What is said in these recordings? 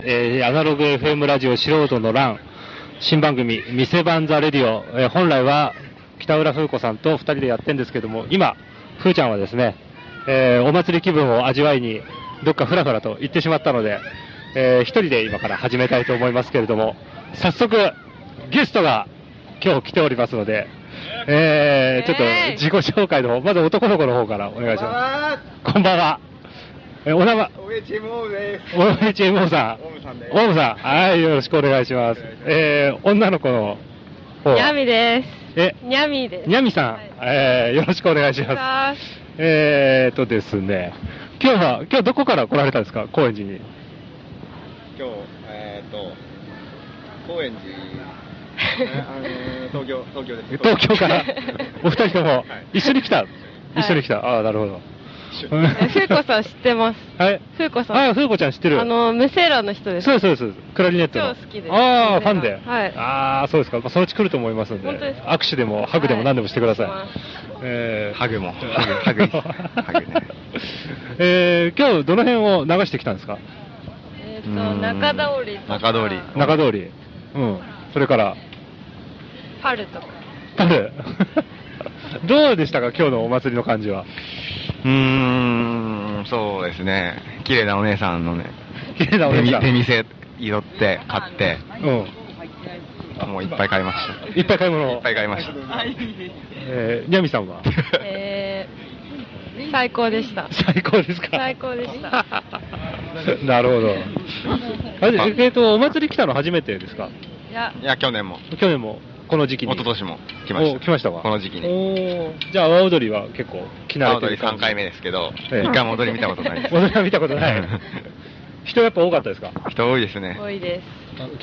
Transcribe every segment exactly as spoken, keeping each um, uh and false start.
えー、アナログ エフエム ラジオ素人の欄、新番組、店番ザレディオ、えー、本来は北浦風子さんとふたりでやってるんですけども、今、ふーちゃんはですね、えー、お祭り気分を味わいに、どっかふらふらと行ってしまったので、えー、一人で今から始めたいと思いますけれども、早速、ゲストが今日来ておりますので、えー、ちょっと自己紹介の方、まず男の子の方からお願いします。こんばんは。え、お名前、 オーエイチエムオー です。 オーエイチエムオー さん。 オウムさんです。 オウムさん。はい、よろしくお願いします。えー、女の子の方。 にゃみです。 え、 にゃみです。 にゃみさん。 はい、 えー、よろしくお願いします。えーとですね、今日は、今日どこから来られたんですか、高円寺に。 今日、えーと、高円寺、あのー、東京、東京です。 東京から、お二人とも、 はい、 一緒に来た。一緒に来た。 はい、 ああ、なるほど。 ふうこさん知ってます。 はい。 ふうこさん。 ああ、ふうこちゃん知ってる。 あの、無声欄の人です。 そうです、そうです。クラリネットの。 超好きです。 ああ、ファンで。 はい。 ああ、そうですか。まあ、そのうち来ると思いますんで。 本当ですか。 握手でも、ハグでも何でもしてください。はい、 えー、ハグも、ハグ、ハグ、ハグね。 えー、今日どの辺を流してきたんですか。 えっと、中通りとか。 中通り。 中通り。うん。それから。 パルとか。 パル。どうでしたか、今日のお祭りの感じは。 うーん、そうですね。綺麗なお姉さんのね、 綺麗なお姉さん。 出店、寄って、買って、 うん。 もういっぱい買いました。 いっぱい買い物を。 いっぱい買いました。 えー、にゃみさんはえー、最高でした。 最高ですか。 最高でした。 なるほど。あれ、えっと、お祭り来たの初めてですか。 いや、 いや、去年も。 去年も。この時期に。 一昨年も来ました。 来ましたか。 この時期に。 おじゃあ、阿波踊りは結構来慣れてる。 阿波踊りさんかいめですけど、いっかいも踊り見たことないです。 踊りは見たことない。人やっぱ多かったですか。 人多いですね。 多いです。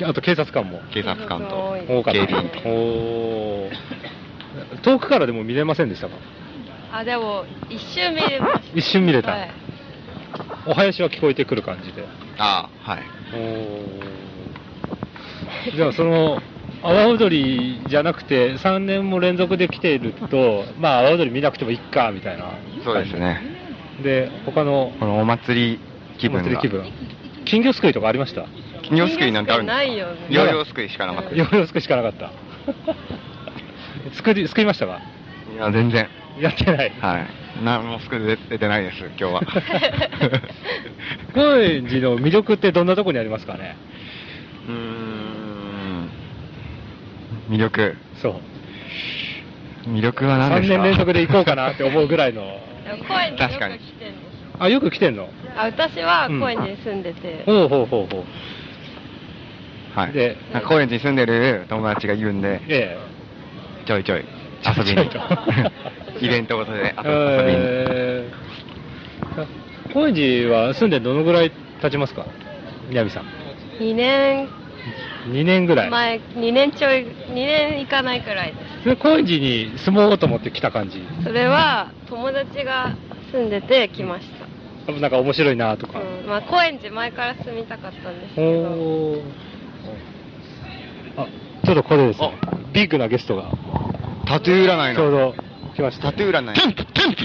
あと警察官も。 警察官と多かった。 警備員と。 お遠くからでも見れませんでしたか。 あ、でも一瞬見れました。 一瞬見れた。はい、お囃子は聞こえてくる感じで。 ああ、はい。 おじゃあその阿波踊りじゃなくてさんねんも連続で来ていると、まあ阿波踊り見なくてもいっかみたいな。 そうですね。 で他のこのお祭り気分が。お祭り気分。 金魚すくいとかありました。 金魚すくいなんてあるんですか。 ないよね。 ヨーヨーすくいしかなかった。 ヨーヨーすくいしかなかった。すくいすくいましたか。 いや全然やってない。 はい。何もすくい出てないです今日は。 高円寺の魅力ってどんなところにありますかね。 うーん。魅力。 そう。 魅力は何ですか。 さんねん連続で行こうかなって思うぐらいの。 確かに。 あ、よく来てんの。 あ、私は高円寺に住んでて。 ほうほうほうほう。はい。で、高円寺に住んでる友達がいるんで、ええ、ちょいちょい遊びに。イベントごとで遊びに。 えー、高円寺は住んでどのぐらい経ちますか、にゃみさん。 にねん。 にねんぐらい。 前、にねんちょい、にねんいかないくらいです。 それ高円寺に住もうと思って来た感じ。 それは友達が住んでて来ました。 なんか面白いなとか。 うん、まあ高円寺前から住みたかったんですけど。おあ、ちょっとこれですね。ビッグなゲストが。 タトゥー占いの。 ちょうど来ました。 タトゥー占い。 テンプテンプ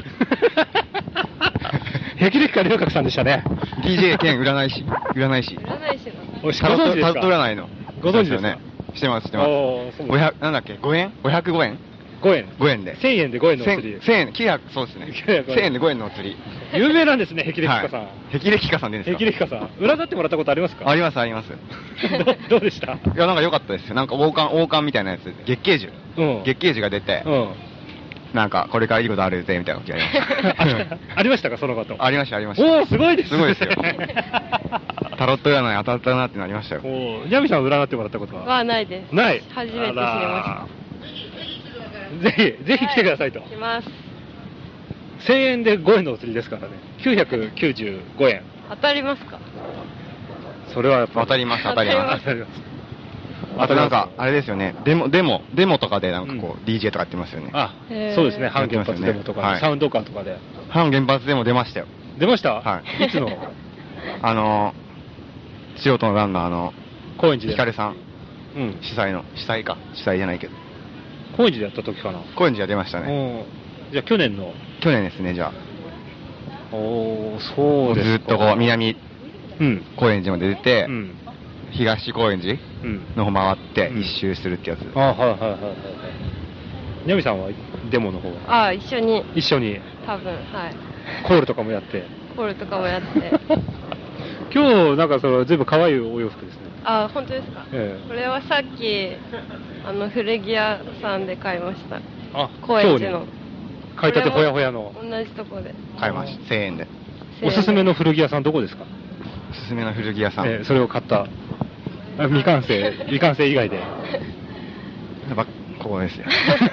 霹靂か龍角さんでしたね。 ディージェー 兼占い師。占い師。 占い師の。タロット占いの。 ご存知ですね。 してます、してます。ごひゃく、なんだっけ、ごえん ?ごひゃくごえんごえん。 ごえんで。 せんえんでごえんのお釣り。 せんえん、きゅうひゃく、そうですね。せんえんでごえんのお釣り。 有名なんですね、霹靂家さん。 霹靂家さんでいいんですか。 霹靂家さん。占ってもらったことありますか。 あります、あります。 どうでした。いや、なんか良かったですよ。なんか王冠、王冠みたいなやつ、月桂樹。うん。月桂樹が出て、うん。なんか、これからいいことあるぜ、みたいなことやりました。 ありましたか、そのこと。 ありました、ありました。 おー、すごいですね。 すごいですよ。タロット占い当たったなってなりましたよ。 おー、ジャミさん占ってもらったことは。 はないです。 ない。 初めて知りました。ぜひ、ぜひ来てくださいと。 来ます。 せんえんでごえんのお釣りですからね。きゅうひゃくきゅうじゅうごえん。 当たりますか。 それはやっぱ当たります、当たります。 当たります。 あとなんか、あれですよね、デモ、デモ、デモとかでなんかこう、ディージェー とかやってますよね。 あ、そうですね、反原発デモとか、サウンドカーとかで。 反原発デモ出ましたよ。 出ました。 はい。 いつのあの、素人のランナーの、 高円寺で。 ヒカルさん。 うん。 主催の、主催か。主催じゃないけど。 高円寺でやった時かな。 高円寺で出ましたね。 じゃあ去年の。 去年ですね、じゃあ。 おー、そうですか。 ずっとこう、南、 高円寺まで出て、うん、東高円寺の方回って一周するってやつ。うん、あ、はいはいはいはい。 にゃみさんはデモの方は？ ああ、一緒に。 一緒に。 多分、はい。 コールとかもやって。 コールとかもやって。 今日なんかそのずいぶん可愛いお洋服ですね。 あ、本当ですか？ええ。これはさっきあの古着屋さんで買いました。あ、高円寺の。 買いたてほやほやの。 同じとこで。 買いました。せんえんで。 おすすめの古着屋さんどこですか？ おすすめの古着屋さん。 ええ、それを買った。未完成、未完成以外で。やっぱここですよ。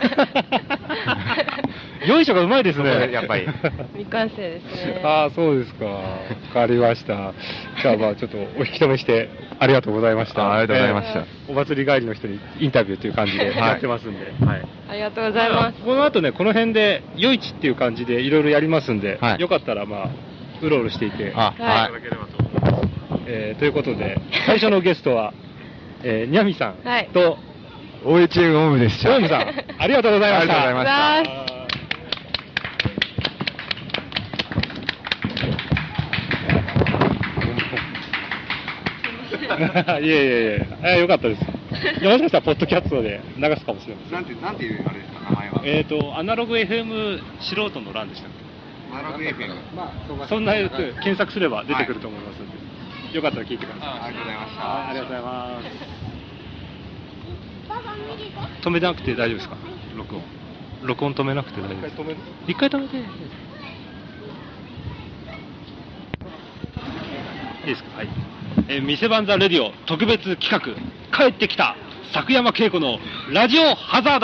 よいしょがうまいですね。 やっぱり。 未完成ですね。 ああ、そうですか。わかりました。じゃあまあちょっとお引き止めしてありがとうございました。 ありがとうございました。 お祭り帰りの人にインタビューという感じでやってますんで。はい。 ありがとうございます。 この後ね、この辺で夜市っていう感じでいろいろやりますんで、よかったらまあ、うろうろしていて、いただければと思います。えー、ということで、最初のゲストは、えー、にゃみさんと、 オーエイチエム オウムでした。 オウムさん、ありがとうございました。 ありがとうございました。 いえいえいえ、よかったです。もしかしたらポッドキャストで流すかもしれません。 なんて、なんていうあれですか、名前は。 えっと、アナログ エフエム 素人の欄でしたっけ？アナログ エフエム。 まあ、そんなやつ検索すれば出てくると思いますので、はい、よかったら聞いてください。 ありがとうございました。 ありがとうございます。止めなくて大丈夫ですか？録音。録音止めなくて大丈夫ですか？一回止めて。いいですか？はい。えー、店番ザレディオ特別企画、帰ってきた作山恵子のラジオハザード。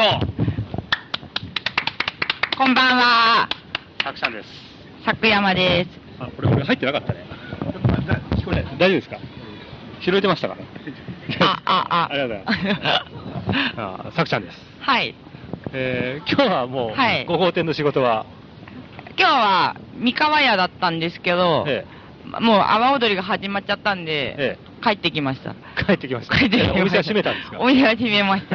こんばんは。 作者です。 作山です。 あ、これ俺入ってなかったね。聞こえない。大丈夫ですか？拾えてましたか？ あ、あ、あ。 ありがとうございます。あ、作者です。 はい。 えー、今日はもう、はい、ご号店の仕事は今日は三河屋だったんですけど、ええ、もう阿波踊りが始まっちゃったんで、ええ、帰ってきました。 帰ってきました。 帰ってきました。 お店は閉めたんですか？ お店は閉めました。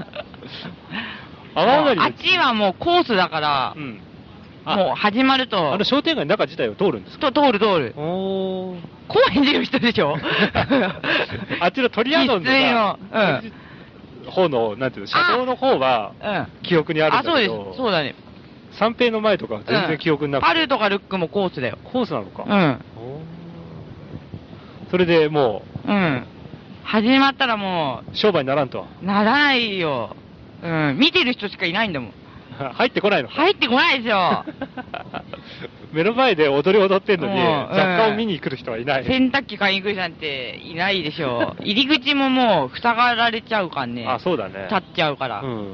阿波踊りあっちはもうコースだから、うん、もう始まると。 あの商店街の中自体を通るんですか？ と通る通る。おー。高円寺の人でしょ？ あっちのトリアドンでさ、うん、方の、なんていうの、車道の方は、記憶にあるんだけど、 あ、そうです。そうだね。 三平の前とか全然記憶になくて、 うん、パルとかルックもコースだよ。 コースなのか。 うん。 それでもう。うん。始まったらもう。商売にならんとは。 ならないよ。うん。見てる人しかいないんだもん。 入ってこないの？ 入ってこないですよ。 目の前で踊り踊ってんのに、雑貨を見に来る人はいない。 洗濯機買いに来る人なんていないでしょ。入り口ももう塞がられちゃうからね。 あ、そうだね。 立っちゃうから。 うん。うん。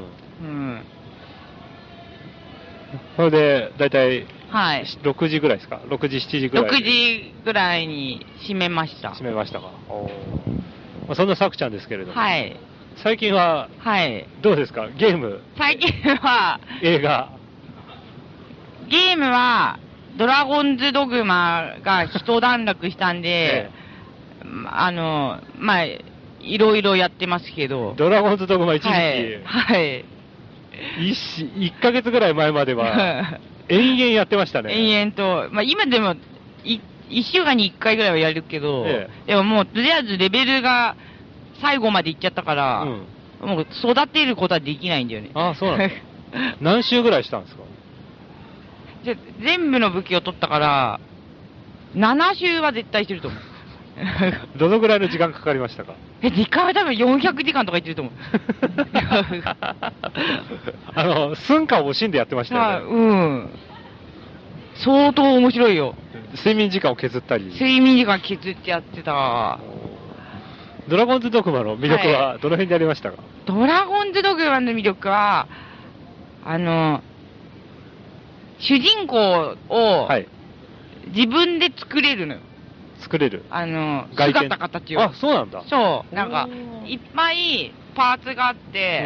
それで、だいたい、 はい。 ろくじぐらいですか？ ろく 時、しちじぐらい。 ろくじぐらいに閉めました。 閉めましたか。おまあ、そんなさくちゃんですけれども。 はい。 最近は、 はい。 どうですか？ゲーム。 最近は、 映画。 ゲームは、ドラゴンズドグマが一段落したんで、ええ、あの、まあ、いろいろやってますけど。 ドラゴンズドグマ一時期。はい。 はい、 いっかげつぐらい前までは、延々やってましたね。 延々と。まあ今でも、い、いっしゅうかんにいっかいぐらいはやるけど、ええ、でももう、とりあえずレベルが最後までいっちゃったから、うん、もう育てることはできないんだよね。 ああ、そうなんですか。何周ぐらいしたんですか？ じゃ全部の武器を取ったから、なな周は絶対してると思う。 どのぐらいの時間かかりましたか？ え、時間は多分よんひゃくじかんとか言ってると思う。 あの、寸暇を惜しんでやってましたよね。 うん。相当面白いよ。 睡眠時間を削ったり。 睡眠時間削ってやってた。 ドラゴンズドグマの魅力はどの辺にありましたか？はい、 ドラゴンズドグマの魅力は、あの、主人公を自分で作れるのよ。 作れる。 あの、姿形を。 あ、そうなんだ。 そう。なんか、いっぱいパーツがあって、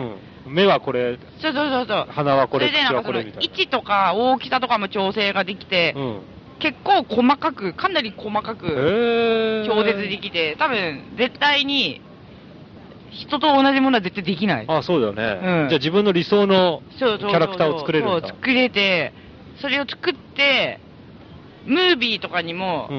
うん、目はこれ。 そうそうそうそう。 鼻はこれ、口はこれみたいな。 位置とか大きさとかも調整ができて、うん、結構細かく、かなり細かく調節できて、多分絶対に人と同じものは絶対できない。 あ、そうだよね。うん、じゃあ自分の理想のキャラクターを作れるんだ。 そうそうそう、作れて、それを作って、ムービーとかにも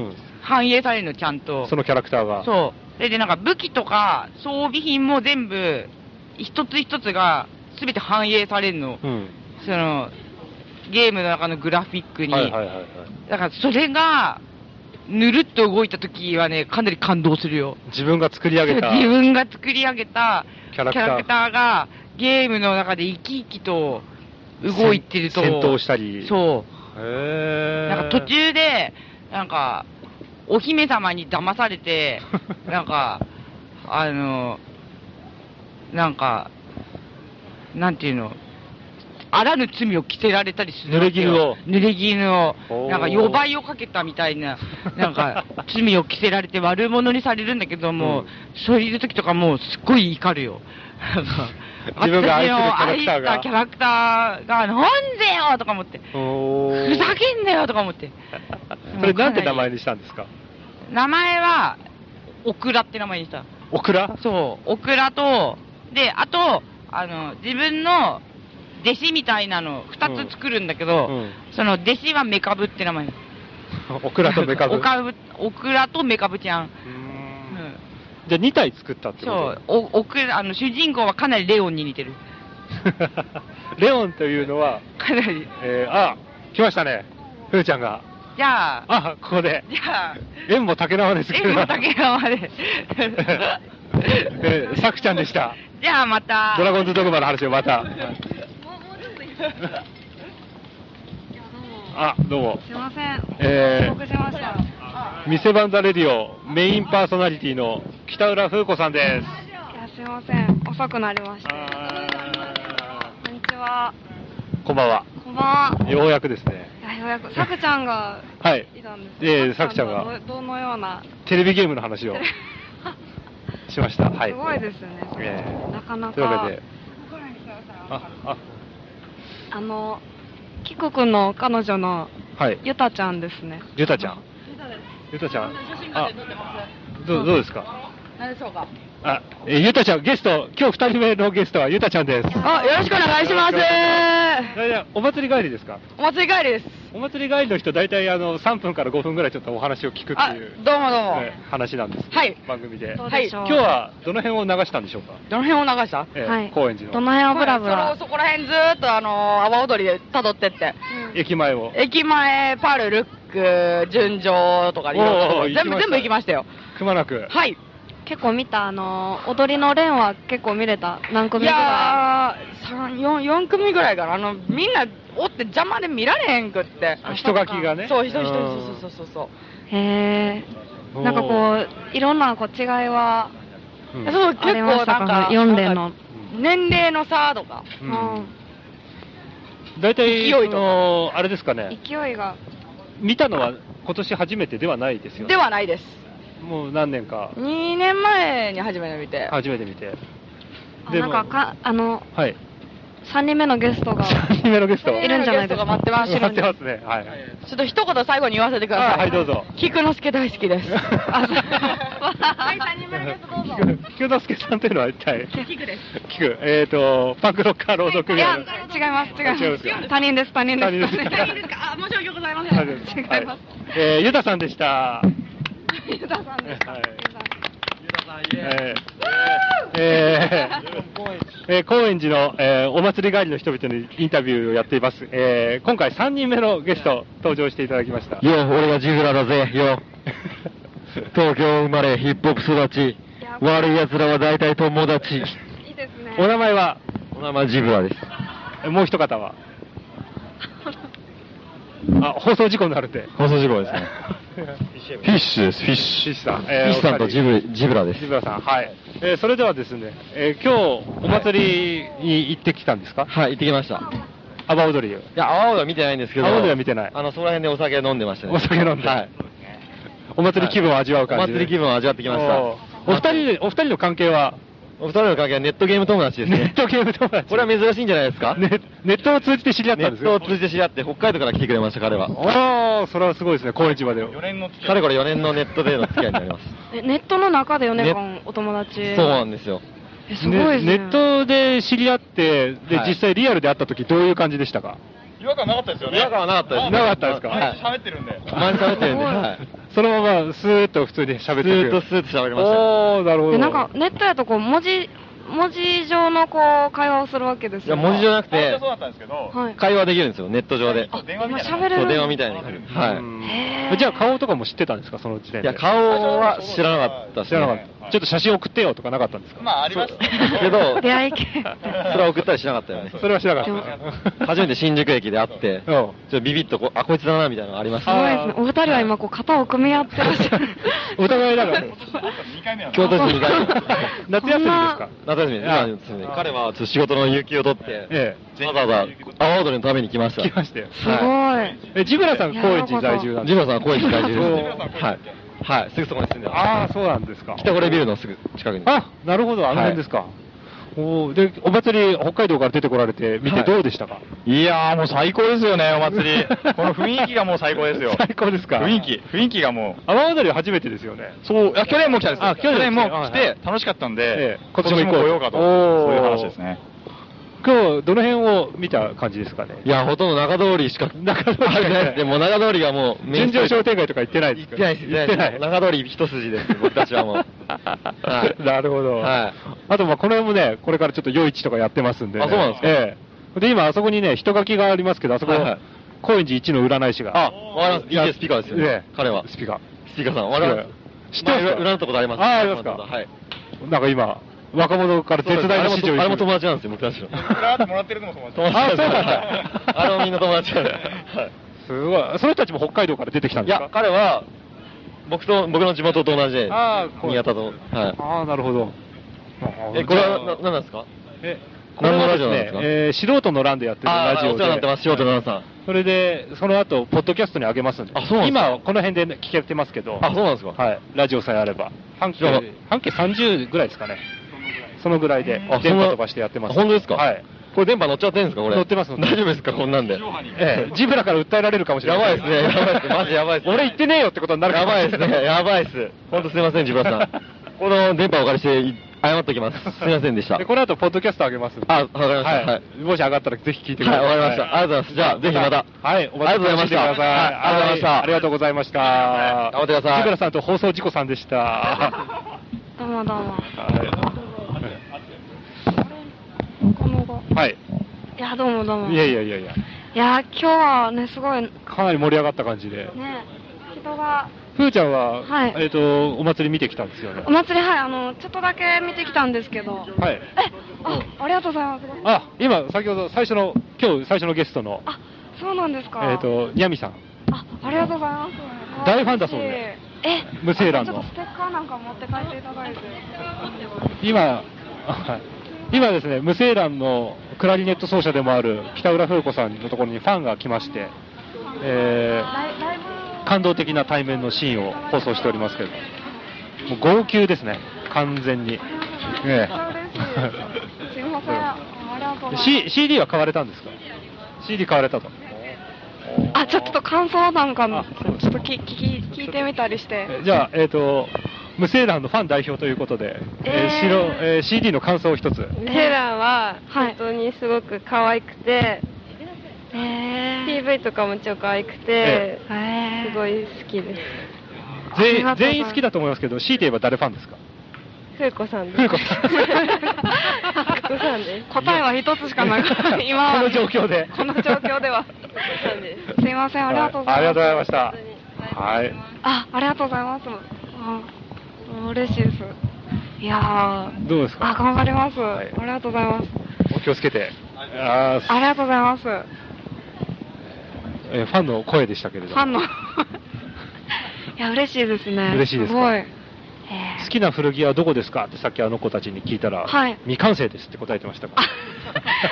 反映されるの、ちゃんと。 そのキャラクターが。 そう。で、で、なんか武器とか装備品も全部、一つ一つが全て反映されるの。うん、その、ゲームの中のグラフィックに。はいはいはいはい。だからそれが、ぬるっと動いた時はね、かなり感動するよ。 自分が作り上げた。 自分が作り上げたキャラクター、キャラクターが、ゲームの中で生き生きと動いてると。 戦闘したり。 そう。へー。なんか途中で、なんか、お姫様に騙されて、なんか、あの、なんか、なんていうの、あらぬ罪を着せられたりする。 濡れ衣を。 濡れ衣を。なんか、予売をかけたみたいな、なんか、罪を着せられて悪者にされるんだけども、うん、そういう時とかもうすっごい怒るよ。なんか、 自分が愛するキャラクターが。 愛したキャラクターが、なんでよとか思って。ふざけんなよとか思って。 それなんて名前にしたんですか？ 名前は、オクラって名前にした。 オクラ？ そう。オクラと、で、あと、あの、自分の弟子みたいなの二つ作るんだけど、うんうん、その弟子はメカブって名前。 オクラとメカブ？ オカブ、オクラとメカブちゃん。うん、 じゃあに体作ったってこと？ そう。お、オクラ、あの、主人公はかなりレオンに似てる。 レオンというのは、 かなり。 えー、あ、来ましたね。ふーちゃんが。 じゃあ。 あ、ここで。 じゃあ。 縁も竹縄ですけど。 縁も竹縄で。 えー、さくちゃんでした。 じゃあまた。 ドラゴンズドグマの話をまた。あ、どうも。 すいません。 えー、 遅刻しました。 店番ザレディオメインパーソナリティの北浦風子さんです。いや、すいません。遅くなりました。こんにちは。 こんばんは。 こんばんは。 ようやくですね。 いや、ようやく。さくちゃんがはい。 いたんです。 ええ、さくちゃんが。 どのような。 テレビゲームの話をしました。はい。 すごいですね。えー、なかなか。というわけで。あ、あ。あの、キク君の彼女の、はい。ゆたちゃんですね。 ゆたちゃん。ゆたちゃん。あ、どう、どうですか？ 何でしょうか？ あ、えー、ゆたちゃん、ゲスト、今日二人目のゲストはゆたちゃんです。 あ、よろしくお願いします。 お祭り帰りですか？ お祭り帰りです。 お祭り帰りの人、大体あの、さんぷんからごふんぐらいちょっとお話を聞くっていう。 どうもどうも。 ね、話なんです。 はい。 番組で。 はい。 今日はどの辺を流したんでしょうか？ どの辺を流した？ えー、はい。高円寺の。 どの辺をブラブラ。 そこら辺ずーっとあの、阿波踊りで辿ってって。 うん、駅前を。 駅前、パル、ルック、純情とかで全部、全部行きましたよ。 くまなく。 はい。 結構見た、あのー、踊りの連は結構見れた。何組ぐらい？いやー、さん、よん、よん組ぐらいかな。あの、みんなおって邪魔で見られへんくって。 人書きがね。 そう、人、人、そうそうそうそう。 へー。なんかこう、いろんなこう違いは、 うん、そう、結構なんか、 よん連の。 年齢の差とか。うん。 大体、勢いとか。あれですかね。 勢いが。 見たのは今年初めてではないですよね。 ではないです。 もう何年か。 にねんまえに初めて見て。 初めて見て。 でなんかか、あの、 はい。 さんにんめのゲストが。 さんにんめのゲストいるんじゃないですか。 待ってます。 待ってますね。はい。 ちょっと一言最後に言わせてください。 はい、どうぞ。 菊之助大好きです。 はい、 さんにんめのゲストどうぞ。 菊之助さんというのは一体。 菊です。 菊。えっと、パンクロッカーロード組合。 いや、違います、違います。他人です、他人です。 他人です。 他人ですか？あ、申し訳ございません。 違います。 えー、ゆたさんでした。 ゆたさんでした。 えー、えー、えー、高円寺の、えー、お祭り帰りの人々にインタビューをやっています。えー、今回さんにんめのゲスト登場していただきました。 よ、俺がジブラだぜ、よ。東京生まれ、ヒップホップ育ち。悪い奴らは大体友達。いいですね。 お名前は？ お名前ジブラです。 もう一方は？あ、放送事故になるって。 放送事故ですね。フィッシュです、フィッシュ。 フィッシュさん。 えー、フィッシュさんとジブジブラです。 ジブラさん、はい。えー、それではですね、えー、今日、お祭りに行ってきたんですか？ はい、行ってきました。 阿波踊り。いや、阿波踊りは見てないんですけど。 阿波踊りは見てない。 あの、そこら辺でお酒飲んでましたね。 お酒飲んで。はい。お祭り気分を味わう感じで。 お祭り気分を味わってきました。お二人で、お二人の関係は？ お二人の関係はネットゲーム友達ですね。 ネットゲーム友達。 これは珍しいんじゃないですか？ ネネットを通じて知り合ったんですか？ ネットを通じて知り合って、北海道から来てくれました、彼は。 ああ、それはすごいですね、高円寺まで。 よねんの付き合い。かれこれよねんのネットでの付き合いになります。 え、ネットの中でよねんかんお友達。 そうなんですよ。 え、すごいですね。 ネットで知り合って、で、実際リアルで会った時どういう感じでしたか？ 違和感なかったですよね。 違和感はなかったです。 なかったですか。 喋ってるんで。 前に喋ってるんで。はい。 そのままスーッと普通に喋ってる。 スーッとスーッと喋りました。 おー、なるほど。 で、なんかネットやとこう文字、文字上のこう会話をするわけですよ。 いや、文字じゃなくて、 そうだったんですけど、 会話できるんですよ、ネット上で。 電話みたいな。そう、 電話みたいに。はい。じゃあ顔とかも知ってたんですか、その時点で。 いや、顔は知らなかった。 知らなかった。ちょっと写真送ってよとかなかったんですか。 まあ、ありましたけど、 出会い系。 それは送ったりしなかったよね。 それはしなかった。 初めて新宿駅で会って、ちょっとビビッとこう、あ、こいつだな、みたいなのありました。 すごいですね。お二人は今こう、肩を組み合ってらっしゃる。 お互いだから。 京都市に帰る。 夏休みですか。 夏休みですね。彼は仕事の有給を取って、わざわざ阿波踊りのために来ました。 来ましたよ。 すごい。 え、ジブラさん、高円寺在住なんですか。 ジブラさん、高円寺在住です。はい。はい、すぐそこに住んでます。 ああ、そうなんですか。 北堀ビルのすぐ近くに。 あ、なるほど、あの辺ですか。おで、お祭り、北海道から出てこられて、見てどうでしたか。 いやー、もう最高ですよね、お祭り。この雰囲気がもう最高ですよ。 最高ですか。 雰囲気、雰囲気がもう。阿波踊りは初めてですよね。 そう、いや、去年も来たんです。あ、去年も来て楽しかったんで、今年も来ようかと。そういう話ですね。 今日、どの辺を見た感じですかね。 いや、ほとんど中通りしか、 中通りしかない。 でも中通りがもう、 純情商店街とか行ってないですか。 行ってないです、行ってない。中通り一筋です、僕たちはもう。 なるほど。はい。あと、ま、この辺もね、これからちょっと夜市とかやってますんで。 あ、そうなんですか。 ええ。で、今、あそこにね、人書きがありますけど、あそこ、高円寺一の占い師が。 あ、わかります。いいスピーカーですよね。彼は。 スピーカー。 スピーカーさん、わかります。知ってますか。占ったことあります。 あ、ありますか。はい。なんか今、若者から手伝いの指示を。 あれも友達なんですよ、僕たちの。 占ってもらってるのも友達。 あ、そうなんだ。 あれもみんな友達なんで。 すごい。その人たちも北海道から出てきたんですか。 いや、彼は、僕と、僕の地元と同じで、新潟と。はい。 ああ、なるほど。 え、これは、何なんですか。 え、 何のラジオなんですか。 えー、素人の欄でやってるラジオで。 お世話になってます、素人の欄さん。 それで、その後、ポッドキャストに上げますんで。 あ、そうなんですか。 今、この辺で聞けてますけど。 あ、そうなんですか。 はい。ラジオさえあれば。半径、半径さんじゅうぐらいですかね。そのぐらいで、電波飛ばしてやってます。 本当ですか。 はい。 これ電波乗っちゃってるんですか、これ。 乗ってます。 大丈夫ですか、こんなんで。 ええ、ジブラから訴えられるかもしれない。 やばいですね、やばいです。マジやばいです。 俺言ってねえよってことになるかもしれない。 やばいですね、やばいです。本当すいません、ジブラさん。この電波をお借りして、謝っておきます。すみませんでした。 この後、ポッドキャスト上げます。 あ、わかりました。はい。 もし上がったらぜひ聞いてください。 はい、わかりました。ありがとうございます。じゃあ、ぜひまた。 はい、お待ちしてください。ありがとうございました。ありがとうございました。 頑張ってください。 ジブラさんと放送事故さんでした。 どうもどうも。 はい。 いや、どうもどうも。 いやいやいやいや。 いや、今日はね、すごい。 かなり盛り上がった感じで。 ね、人が。 ふーちゃんは、はい、えっと、お祭り見てきたんですよね。 お祭り、はい、あの、ちょっとだけ見てきたんですけど。 はい。 え、あ、ありがとうございます。 あ、今、先ほど最初の、今日最初のゲストの。 あ、そうなんですか。 えっと、にゃみさん。 あ、ありがとうございます。 大ファンだそうで。 え、 無声欄の。 ちょっとステッカーなんか持って帰っていただいて。 今、今ですね、無声欄のクラリネット奏者でもある北浦風子さんのところにファンが来まして、えー、感動的な対面のシーンを放送しておりますけど、もう号泣ですね、完全に。ええ、すいません、ありがとうございます。 C、シーディー は買われたんですか？ シーディー 買われたと。 あ、ちょっと感想なんかの、ちょっと聞き聞いてみたりして。 じゃあ、えっと、無声欄のファン代表ということで、えー白えー、シーディー の感想を一つ。 無声欄は本当にすごく可愛くて、 えー、 ピーブイ とかも超可愛くて、えー、すごい好きです。 全員全員好きだと思いますけど、強いて言えば誰ファンですか？ ふうこさんです。 ふうこさん。ふうこさんです。 答えは一つしかなくて、今はこの状況で。 この状況では。すいません、ありがとうございます。 ありがとうございました。はい。 あ、ありがとうございます。あ、嬉しいです。いやー。 どうですか？ あ、頑張ります。はい、ありがとうございます。 お気をつけて。 あありがとうございます。 えー、ファンの声でしたけれども。 ファンの。いや、嬉しいですね。 嬉しいですか？ すごい。 好きな古着はどこですかってさっきあの子たちに聞いたら、はい、未完成ですって答えてましたから。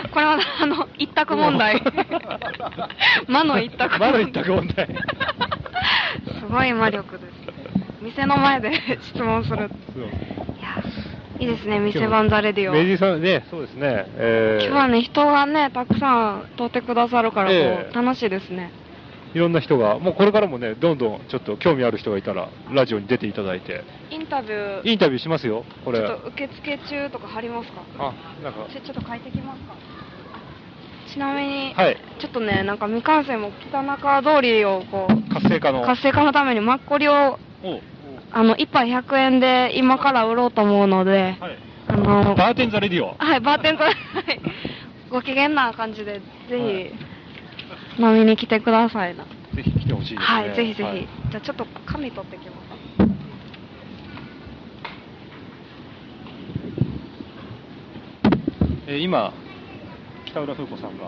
これはあの一択問題。魔の一択問題。 魔の一択問題。 すごい魔力です。店の前で質問する。いや、いいですね、店番ザレディオ。 メディさんね、そうですね。 えー、今日はね、人がね、たくさん通ってくださるから、えー、楽しいですね。 いろんな人が、もうこれからもね、どんどんちょっと興味ある人がいたら、ラジオに出ていただいて。 インタビュー。 インタビューしますよ、これ。 ちょっと受付中とか貼りますか？ あ、なんか。 ちょっと書いてきますか？ ちなみに、はい、ちょっとね、なんか未完成も北中通りをこう、 活性化の。 活性化のためにマッコリを、あの、一杯ひゃくえんで今から売ろうと思うので、はい、あの、 バーテンザレディオ。 はい、バーテンザ、はい。ご機嫌な感じで、ぜひ、飲みに来てくださいな。 ぜひ来てほしいですね。 はい、ぜひぜひ。はい、じゃあちょっと紙取ってきます。 えー、今、北浦風子さんが、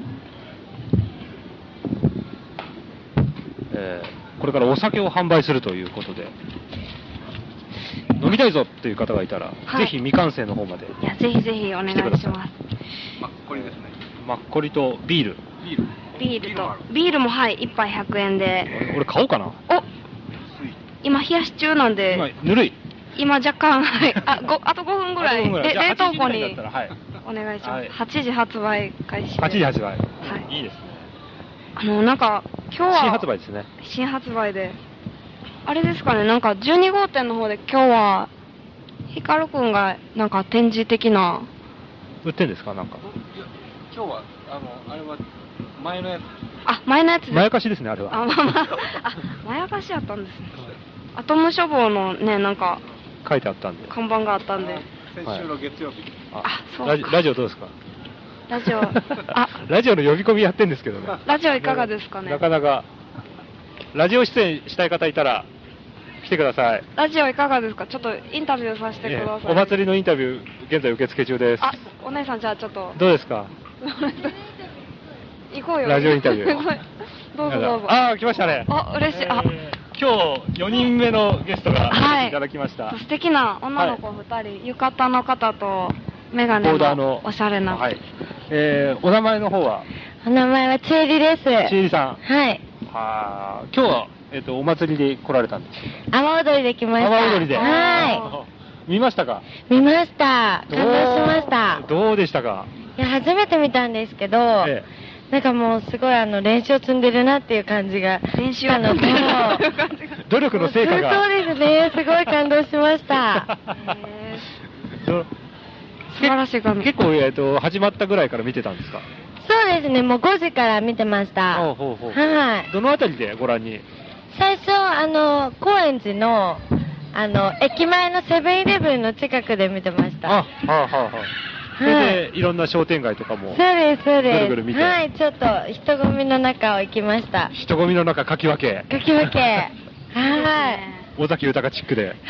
えー、これからお酒を販売するということで、飲みたいぞっていう方がいたら、はい、ぜひ未完成の方まで。 いや、ぜひぜひお願いします。 マッコリですね。 マッコリとビール。 ビール。 ビールと、ビールもはい、一杯ひゃくえんで。 俺買おうかな。お今冷やし中なんで。 今、ぬるい。 今若干、はい。あ、ご、あとごふんぐらい。で、冷凍庫に。お願いします。はちじ発売開始。 はちじ発売。はい。いいですね。 あの、なんか、今日は。 新発売ですね。 新発売で。あれですかね、なんかじゅうに号店の方で今日は、ヒカルくんがなんか展示的な。 売ってんですか、なんか。 今日は、あの、あれは、前のやつ。 あ、前のやつで。 まやかしですね、あれは。 あ、まあまあ、あ、まやかしやったんですね。アトム処方のね、なんか。 書いてあったんで。 看板があったんで。 先週の月曜日。 あ、そうか。 ラジオどうですか？ ラジオ、あ、 ラジオの呼び込みやってんですけどね。 ラジオいかがですかね？ なかなか、ラジオ出演したい方いたら、来てください。 ラジオいかがですか？ちょっとインタビューさせてください。 お祭りのインタビュー、現在受付中です。 あ、お姉さんじゃあちょっと。 どうですか？ 行こうよ。 ラジオインタビュー。 どうぞどうぞ。 ああ、来ましたね。 あ、嬉しい。あ、 今日よにんめのゲストがいただきました。 素敵な女の子ふたり、浴衣の方とメガネのおしゃれな。はい。 えー、お名前の方は？ お名前はちえりです。 ちえりさん。 はい。 はあ、今日はえっとお祭りで来られたんですか？阿波踊りで来ました。 阿波踊りで。 はい。 見ましたか？ 見ました。感動しました。 どうでしたか？ いや、初めて見たんですけど、ええ、なんかもうすごいあの練習を積んでるなっていう感じが練習したのと努力の成果がそうですね、すごい感動しました素晴らしい画面。 結構、えー、と始まったぐらいから見てたんですか？ そうですね、もうごじから見てました。 ほうほうほう。 はい。 どのあたりでご覧に？ 最初あの高円寺のあの駅前のセブンイレブンの近くで見てました。 あ、はあはあはあ。それでいろんな商店街とかもそうですそうです。 ぐるぐる見て、 はい、ちょっと人混みの中を行きました。 人混みの中かき分け。 かき分け。はい。 尾崎豊チックで。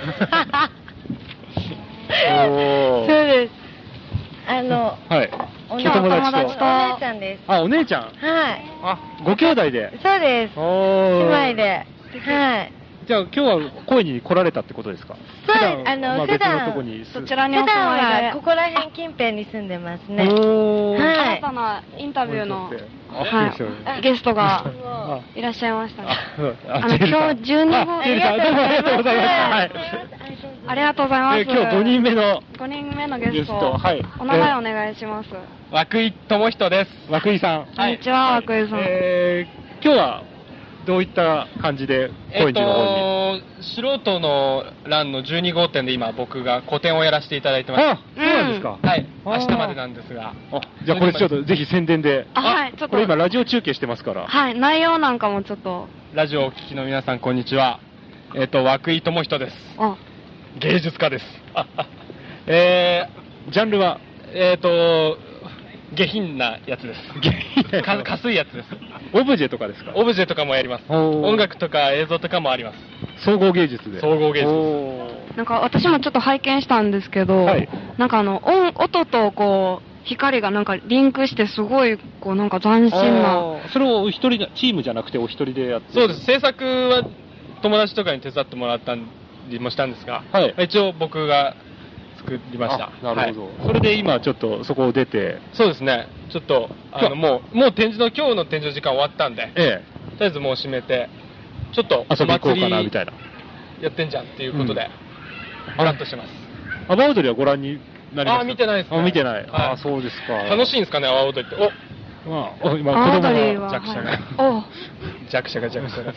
おそうです。あの、 はい。 お友達と。お姉ちゃんです。 あ、お姉ちゃん。 はい。 あ、ご兄弟で。 そうです。お姉妹で。はい。 じゃあ今日は高円寺に来られたってことですか？ そうです。あの、 まあ、 普段別のとこにそちらにお住まいで、 ここら辺近辺に住んでますね。 はい。新たなインタビューの、はい、ゲストがいらっしゃいましたね。あの、今日じゅうに号。 ありがとうございます。はい。 ありがとうございます。 今日ごにんめの。 ごにんめのゲスト。はい。お名前お願いします。 涌井智人です。 涌井さん。 こんにちは、涌井さん。 えー、今日は、どういった感じで高円寺の方に、えっと、素人の欄のじゅうに号店で今僕が個展をやらせていただいてます。 あ、そうなんですか。 はい。明日までなんですが。 あ、じゃあこれちょっとぜひ宣伝で。 あ、はい。ちょっと。 これ今ラジオ中継してますから。 はい。内容なんかもちょっと。 ラジオをお聞きの皆さんこんにちは。えっと、涌井智人です。 あ、 芸術家です。えー、ジャンルはえっと、下品なやつです。下品か、かすいやつです。 オブジェとかですか？ オブジェとかもやります。音楽とか映像とかもあります。 総合芸術で。 総合芸術です。 なんか私もちょっと拝見したんですけど、はい、なんかあの音、音とこう、光がなんかリンクしてすごい、こうなんか斬新な。 それをお一人、チームじゃなくてお一人でやってる？ そうです。制作は友達とかに手伝ってもらったりもしたんですが、はい、一応僕が作りました。 なるほど、はい。それで今ちょっとそこを出て。 そうですね。ちょっと、あの、もう、もう展示の、今日の展示の時間終わったんで、ええ、とりあえずもう閉めて、ちょっと、 遊び行こうかな、みたいな。 やってんじゃんっていうことで、ふらっとしてます。 阿波踊りはご覧になりますか？ あ、見てないですね。 あ、見てない。はい、あ、そうですか。 楽しいんですかね、阿波踊りって。 お、まあ、お今、子供が弱者が。お弱者が弱者が。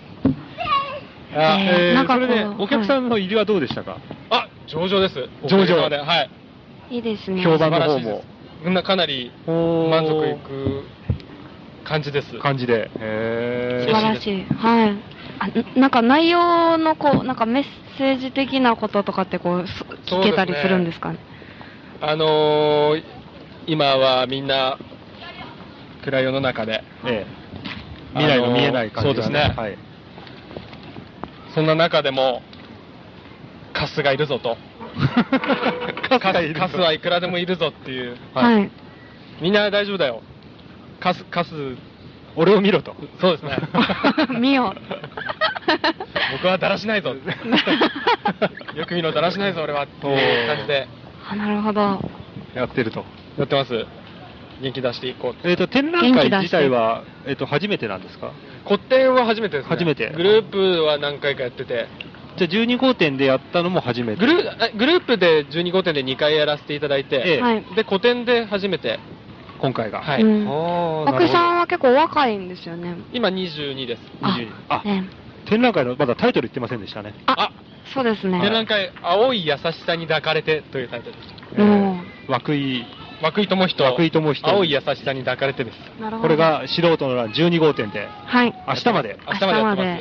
あ、えー、それで、お客さんの入りはどうでしたか？ あ、上々です。 上々 で、はい。 いいですね。 評判の方も。 かなり満足いく感じです。 感じで。 へ素晴らしい。はい。あ、なんか内容のこう、なんかメッセージ的なこととかってこう、聞けたりするんですかね。 あのー、今はみんな、暗い世の中で、ええ、 未来の見えない感じ、 そうですね。はい。そんな中でも、カスがいるぞと。カスがいるぞ。カスはいくらでもいるぞっていう。 はい。 みんな大丈夫だよ。カス、カス、 俺を見ろと。 そうですね。 見よう。 僕はだらしないぞ。よく見ろ、だらしないぞ、俺は。っていう感じで。 あ、なるほど。 やってると。 やってます。元気出していこう。 えっと、展覧会自体は、えっと、初めてなんですか？ 個展は初めてですね。 初めて。 グループは何回かやってて。 じゃあじゅうに号店でやったのも初めて。 グルグループでじゅうに号店でにかいやらせていただいて、ええ、で、個展で初めて。 今回が。 はい。 奥さんは結構若いんですよね。 今にじゅうにです。 にじゅうに。あ、 ね、展覧会のまだタイトル言ってませんでしたね。 あ、そうですね。 展覧会、青い優しさに抱かれてというタイトルです。 えー、涌井。 涌井智人。 涌井智人。 青い優しさに抱かれてです。 なるほど。 これが素人の欄じゅうに号店で。 はい。 明日まで。 明日までやってます。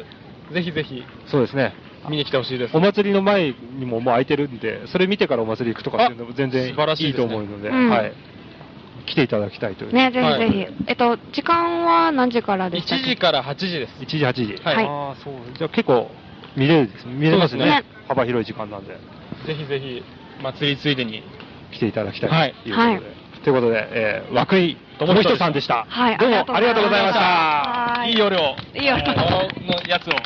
ぜひぜひ。 そうですね。 見に来てほしいです。 お祭りの前にももう空いてるんで、それ見てからお祭り行くとかっていうのも全然いいと思うので、はい。来ていただきたいという。 ね、ぜひぜひ。えっと、時間は何時からでしたっけ？ いちじからはちじです。 いちじ、はちじ。 はい。 ああ、そう。じゃあ結構見れるです。見れますね。幅広い時間なんで。 ぜひぜひ、祭りついでに来ていただきたい。 はい。 ということで。ということで、えー、涌井智人さんでした。 はい。 どうもありがとうございました。 いい夜を。 いい夜のやつを。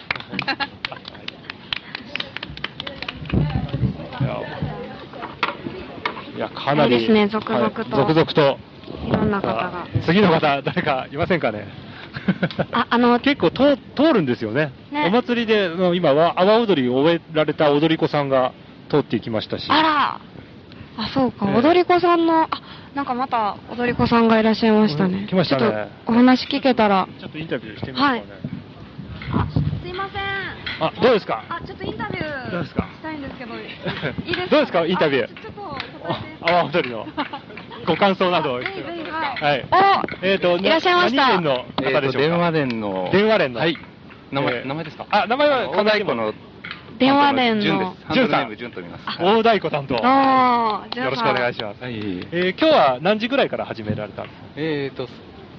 いや、かなり。 いいですね、続々と。 続々と。 いろんな方が。 次の方、誰かいませんかね。 あ、あの、 結構通るんですよね。お祭りで、今は阿波踊りを終えられた踊り子さんが通っていきましたし。 あら。あ、そうか、踊り子さんの、あ、なんかまた踊り子さんがいらっしゃいましたね。 来ましたね。 ちょっとお話聞けたら。 ちょっとインタビューしてみますかね。 あ、すいません。 あ、どうですか？ あ、ちょっとインタビュー。 どうですか？ したいんですけど、いいですか？ どうですかインタビュー。 ちょっと阿波踊りのご感想などを。 ぜひぜひ、 はい。 お、 えっと、 いらっしゃいました。 何年の方でしょうか？ 電話連の。 電話連の。 はい。名前、名前ですか？ あ、名前は大太鼓の。 電話連の。 ジュンです。ハンドルネームジュンと見ます。 大太鼓担当。 ああ、 よろしくお願いします。 はい。 え今日は何時ぐらいから始められたんですか？ えーと。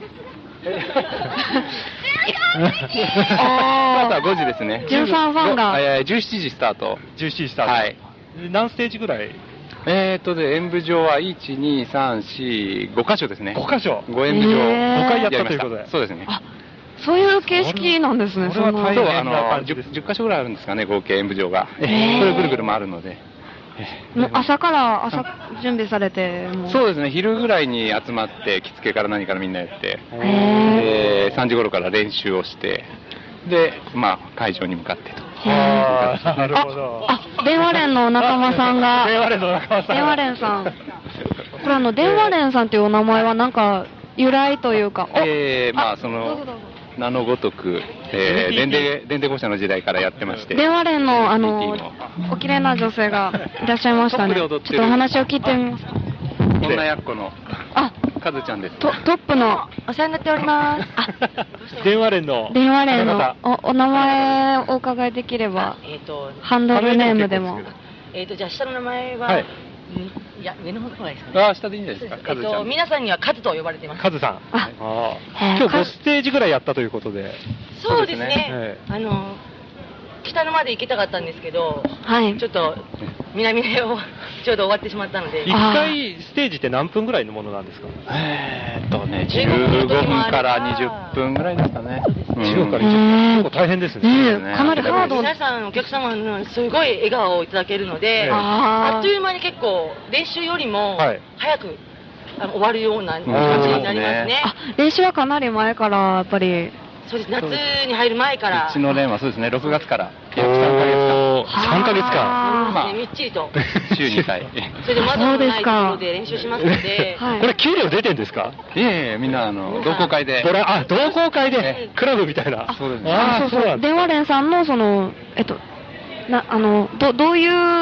ああ、ごじですね。 じゅうさんファンが。 じゅうしちじスタート。 じゅうしちじスタート。はい。何ステージぐらい？ えーとで、演舞場はいち、に、さん、よん、ご箇所ですね。 ご箇所。 ご演舞場。 ごかいやったということで。 そうですね。 あ、そういう形式なんですね。 それは大変な感じです。じゅっ箇所ぐらいあるんですかね、合計演舞場が。それぐるぐる回るので。 もう朝から朝準備されてもそうですね、昼ぐらいに集まって着付けから何からみんなやって、でさんじ頃から練習をして、でまあ会場に向かってと。 はあ、なるほど。 あ、電話連の仲間さんが電話連の仲間さん電話連さんこれあの電話連さんっていうお名前はなんか由来というか、 えー、まあその名のごとく、えー、電電電電公社の時代からやってまして、 電話連のあのお綺麗な女性がいらっしゃいましたね。ちょっとお話を聞いてみますか。 女やっこのあ、 カズちゃんです。 トトップのお世話になっております。あ、 電話連の電話連のおお名前をお伺いできれば、 えっとハンドルネームでも。 えっとじゃあ下の名前は。はい。いや、上の方がいいですかね。 ああ、下でいいんじゃないですか。カズちゃん。 えっと、皆さんにはカズと呼ばれています。 カズさん。ああ。今日ごステージぐらいやったということで。 そうですね。あの、北野まで行きたかったんですけど、 はい。 ちょっと、南根をちょうど終わってしまったので。 一回ステージって何分ぐらいのものなんですか？ えーっとね、じゅうごふんからにじゅっぷんぐらいですかね。 じゅうごからにじゅっぷん。結構大変ですね。 かなりハード。 皆さん、お客様のすごい笑顔をいただけるので、あっという間に結構、練習よりも早く終わるような感じになりますね。 あ、練習はかなり前からやっぱり。 そうです、夏に入る前から。 うちの連はそうですね、ろくがつから。 約さんかげつかん。さんかげつかん。まあ、みっちりと。 週にかい。 それで窓のないところで練習しますので。 これ給料出てんですか？ いえいえ、みんな、あの、同好会で。 あ、同好会で、クラブみたいな。 そうですね。 あ、そうそう。電話連さんの、その、えっと、な、あの、ど、どういう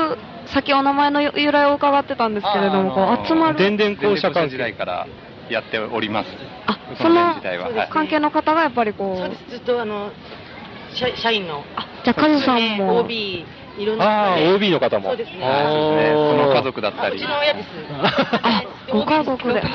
さっきお名前の由来を伺ってたんですけれども、こう集まる電電公社時代からやっております。 あ、その関係の方がやっぱりこう。 そうです。ずっとあの社社員の。 あ、じゃあカズさんも。 オービーいろんな。 ああ、オービー の方も。 そうですね。 その家族だったり。 うちの親です。 あ、ご家族で。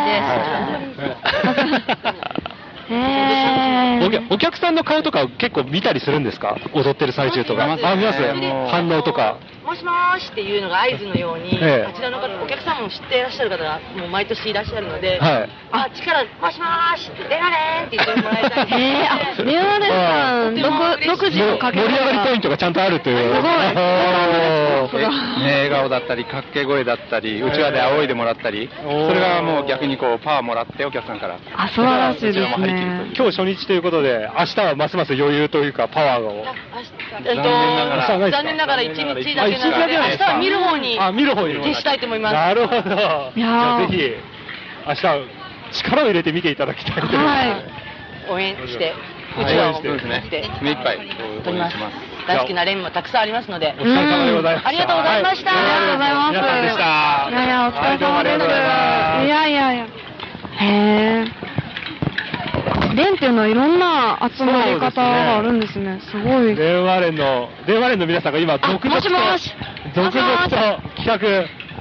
へー。お客さんの顔とか結構見たりするんですか？踊ってる最中とか。あ、見ます。反応とか。 もしもーしっていうのが合図のように、ええ、あちらの方、お客さんも知っていらっしゃる方がもう毎年いらっしゃるので、はい、あっちからもしもーしって電話れーんって言ってもらえたり、 えー、あ、電話れさん独自のかけ盛り上がりポイントがちゃんとあるという。 すごい。 笑顔だったり掛け声だったり、うちわで仰いでもらったり、それがもう逆にこうパワーもらってお客さんから。 あ、素晴らしいですね。 今日初日ということで、明日はますます余裕というかパワーを。 えっと残念ながら一日だけなので、明日は見る方に徹したいと思います。 なるほど。じゃあぜひ明日力を入れて見ていただきたいと思います。 応援してうちわをそうですね。目いっぱい取ります。大好きなレンもたくさんありますので。 お疲れ様でございます。 ありがとうございました。 ありがとうございます。 皆さんでした。 いやいやお疲れ様です。いやいやいや。へえ。連っていうのはいろんな集まり方があるんですね。すごい。 電話連の、電話連の皆さんが今、続々と、続々と企画、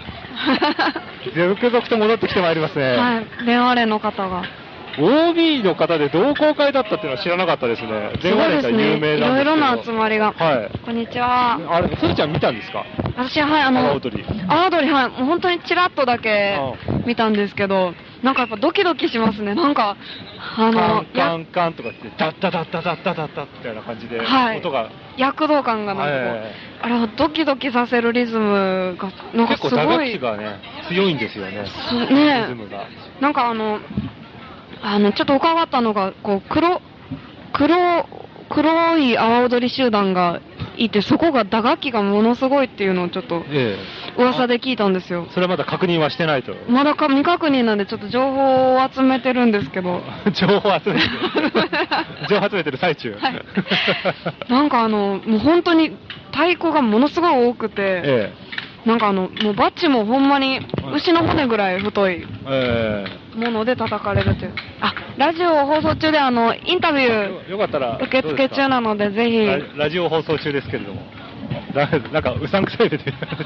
続々と戻ってきてまいりますね。 はい。電話連の方が。 オービー の方で同好会だったっていうのは知らなかったですね。電話連が有名なんですけど。 いろいろな集まりが。 はい。 こんにちは。 あれ、ふーちゃん見たんですか？ 私は、はい、あの、 阿波踊り。 阿波踊り、はい。もう本当にチラッとだけ見たんですけど、なんかやっぱドキドキしますね。なんか、 あの、カンカンカンとかって、ダッダダッダダッダダッダみたいな感じで、はい、音が。 躍動感がなんかこう、はい、あれはドキドキさせるリズムが、なんかすごい。結構打楽器がね、強いんですよね。ね、リズムが。 なんかあの、あの、ちょっと伺ったのが、こう、黒、黒、黒い阿波踊り集団がいて、そこが打楽器がものすごいっていうのをちょっと、噂で聞いたんですよ。 それはまだ確認はしてないと。 まだか未確認なんで、ちょっと情報を集めてるんですけど。 情報集めてる情報集めてる最中。はい、 なんかあの、もう本当に太鼓がものすごい多くて、ええ、なんかあの、もうバッチもほんまに牛の骨ぐらい太いもので叩かれるという。あ、ラジオ放送中であの、インタビュー、 よかったら受付中なので、ぜひラ。ラジオ放送中ですけれども。なんか、うさんくさいで出てます。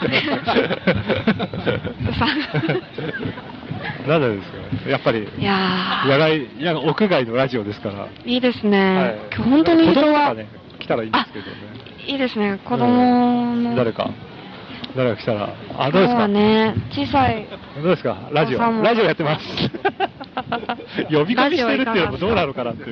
うさん。 なんでですかね。やっぱり、いや野外、いや屋外のラジオですから。 いいですね。はい、今日本当に人が。子供がね、来たらいいですけどね。 いいですね。子供の。 誰か。誰が来たら、あ、どうですかね、小さい。 どうですかラジオ。ラジオやってます。呼び込みしてるっていうのもどうなのかなって。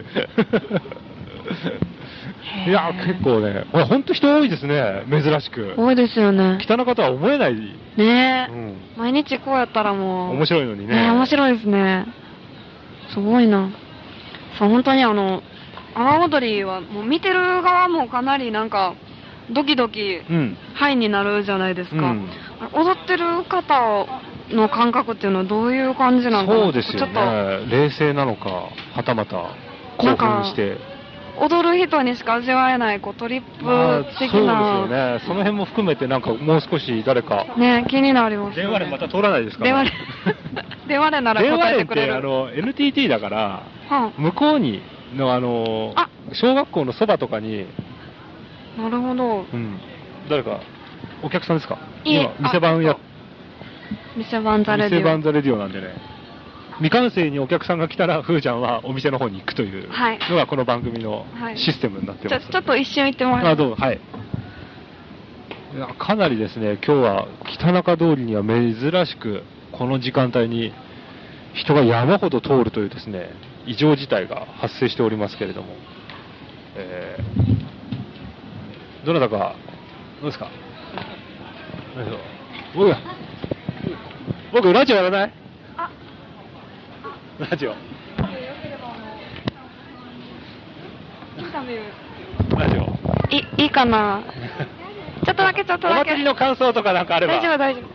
いや、結構ね、ほら、ほんと人多いですね、珍しく。 多いですよね。 北の方は思えない。 ねえ、うん。毎日こうやったらもう。 面白いのにね。 ね、面白いですね。すごいな。そう、本当にあの、阿波踊りは、もう見てる側もかなりなんか、ドキドキ、うん、ハイになるじゃないですか。うん、踊ってる方の感覚っていうのはどういう感じなのかな。 そうですよね。冷静なのか、はたまた興奮して。 踊る人にしか味わえないこうトリップ的な、まあ、そうですよね。その辺も含めてなんかもう少し誰かね、気になります、ね。 電話連また通らないですか、ね。 電話連電話連なら答えてくれる。 電話連ってあの エヌティーティー だから、はあ、向こうにのあのあ小学校のそばとかに。 なるほど。 うん。誰かお客さんですか。いい今店番や。 店番ザレディオ。 店番ザレディオなんでね。未完成にお客さんが来たら、ふーちゃんはお店の方に行くというのがこの番組のシステムになってます、ね。はい、 ちょ、ちょっと一瞬行ってもらって。 あ、どうも、はい。いや、かなりですね、今日は北中通りには珍しく、この時間帯に人が山ほど通るというですね、異常事態が発生しておりますけれども、えー、どなたか、どうですか僕、僕、ラジオやらないラジオ。 インタビュー。 ラジオ。 い、いいかなちょっとだけ、ちょっとだけ。 お祭りの感想とかなんかあれば。 大丈夫、大丈夫。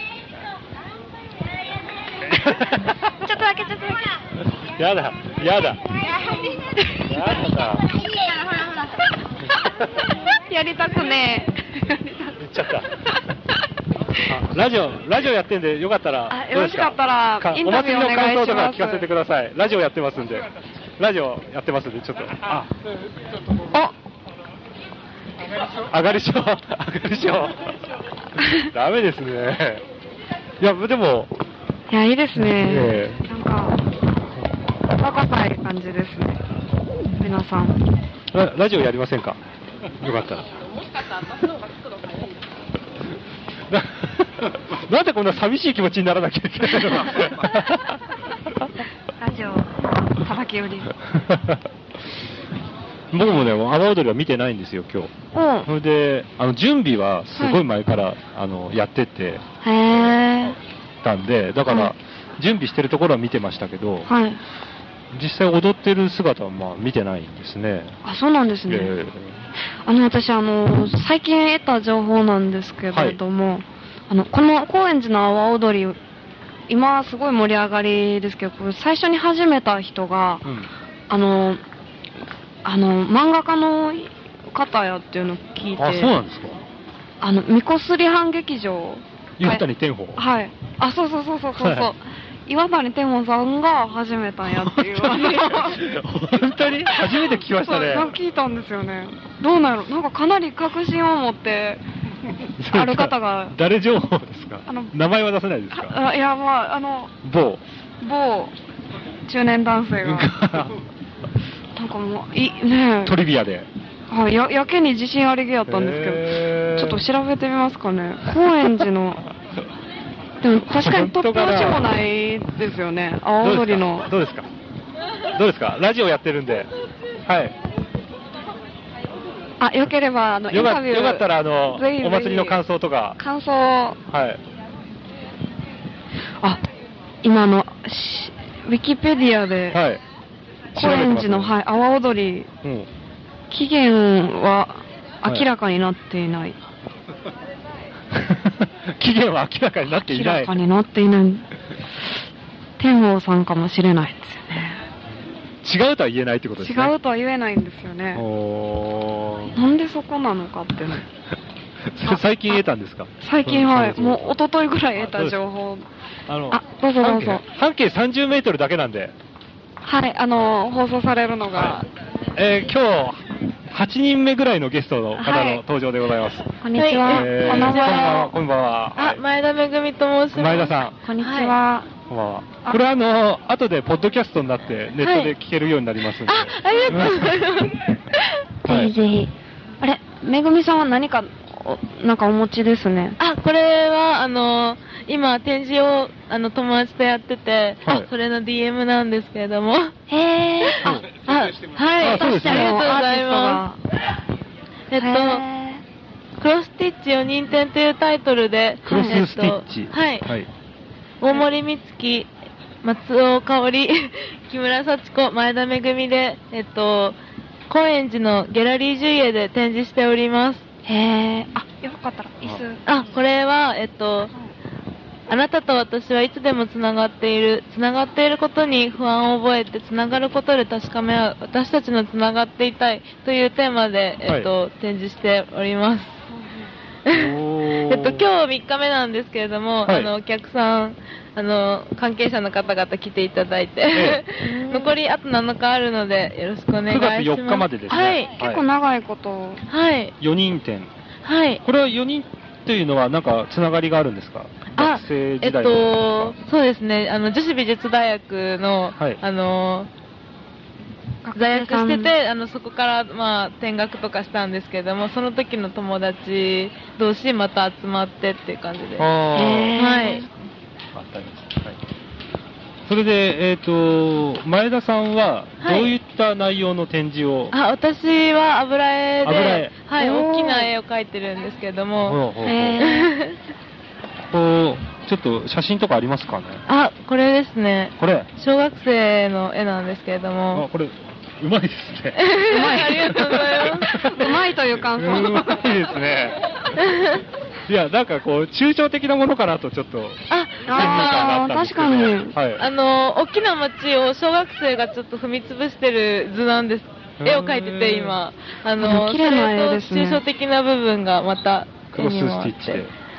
ちょっとだけ、ちょっとだけ。やだ、やだ。やだ。 やりたくねえ。 言っちゃった。 ラジオ、ラジオやってんで、よかったら、 よろしかったら、インタビューお願いします。お祭りの感想とか聞かせてください。ラジオやってますんで。ラジオやってますんで、ちょっと。あ、 あ上がり症、上がり症。ダメですね。いや、でも。 いや、いいですね。なんか、若かい感じですね。皆さん。 ラ, ラジオやりませんか？よかったら。な, なんでこんな寂しい気持ちにならなきゃいけないの？ ラジオ、叩き売り。 僕もね、阿波踊りは見てないんですよ、今日。うん。それで、あの、準備はすごい前から、はい、あの、やってて、へー。たんで、だから、はい、準備してるところは見てましたけど、はい。実際踊ってる姿は、まあ、見てないんですね。 あ、そうなんですね。えー、あの、私、あの、最近得た情報なんですけれども、はい、あの、この高円寺の阿波踊り、今すごい盛り上がりですけど、最初に始めた人が、うん、あの、あの、漫画家の方やっていうのを聞いて。 あ、そうなんですか。 あの、みこすり藩劇場。 岩谷天保。 はい。あ、そうそうそうそうそう。はい、岩谷天保さんが始めたんやっていう。 本当に初めて聞きましたね。 そう、聞いたんですよね。どうなる？なんかかなり確信を持って、ある方が。 誰情報ですか？あの、名前は出せないですか？ あ、いや、まあ、あの、 某。 某、中年男性が。なんかもう、い、ねトリビアで。 はい、や、やけに自信ありげやったんですけど、ちょっと調べてみますかね。高円寺の、でも確かに突拍子もないですよね。阿波踊りの。 どうですか？どうですか？ラジオやってるんで。はい。 あ、よければ、あの、インタビュー。 よかったら、あの、ぜひぜひお祭りの感想とか。 感想。 はい。 あ、今の、ウィキペディアで、はい。高円寺の、はい、阿波踊り、うん、期限は明らかになっていない。 はい、期限は明らかになっていない。 明らかになっていない。天王さんかもしれないですよね。違うとは言えないってことですね。 違うとは言えないんですよね。おー。なんでそこなのかってね。 最近得たんですか？ 最近はい。もう一昨日ぐらい得た情報。あの、あ、どうぞどうぞ。 半径さんじゅうメートルだけなんで。 はい、あの、放送されるのが。はい、 えー、今日、はちにんめぐらいのゲストの方の登場でございます。はい、 こんにちは。 えー、お名前はこんばんは。 あ、前田めぐみと申します。 前田さん。 こんにちは。 こんばんは。これはあの、後でポッドキャストになってネットで聞けるようになりますんで。 はい、あ、ありがとうございます。 ぜひぜひ。あれ、めぐみさんは何か、なんかお持ちですね。 あ、これは、あの、今、展示を、あの、友達とやってて、はい、それの ディーエム なんですけれども。 へー。 あ、あはい、あそうですね、ありがとうございます。えっと、クロスティッチよにんてんというタイトルで、 クロススティッチ。 えっと、はい。はい、大森美月、松尾香織、木村幸子、前田めぐみで、えっと、高円寺のギャラリージュイエで展示しております。 へー。あ、よかったら、椅子。 あ、これは、えっと、あなたと私はいつでもつながっている。つながっていることに不安を覚えて、つながることで確かめ合う。私たちのつながっていたいというテーマで、えっと、はい、展示しております。えっと、今日みっかめなんですけれども、はい、あの、お客さん、あの、関係者の方々来ていただいて、ええ、残りあとなのかあるので、よろしくお願いします。くがつよっかまでですね。はい。 結構長いこと。 はい。 よにん展。 はい。 これはよにんというのは、なんか、つながりがあるんですか？学生時代の。 えっと、そうですね、あの、女子美術大学の、はい、あの、在学してて、あの、そこから、まあ、転学とかしたんですけども、その時の友達同士また集まってっていう感じで。はい。 はい。それで、えっと、前田さんは、どういった内容の展示を、 はい、あ、私は油絵で、油絵はい、大きな絵を描いてるんですけども、 へこう、ちょっと写真とかありますかね？ あ、これですね。 これ小学生の絵なんですけれども。 あ、これ、うまいですね。 うまい。ありがとうございます。 うまいという感想。 うまいですね。いや、なんかこう、抽象的なものかなとちょっと。 あ、 ああ、確かに。 はい。あの、大きな街を小学生がちょっと踏み潰してる図なんです。絵を描いてて今。あの、 綺麗な絵ですね。 抽象的な部分がまた、 クロススティッチで。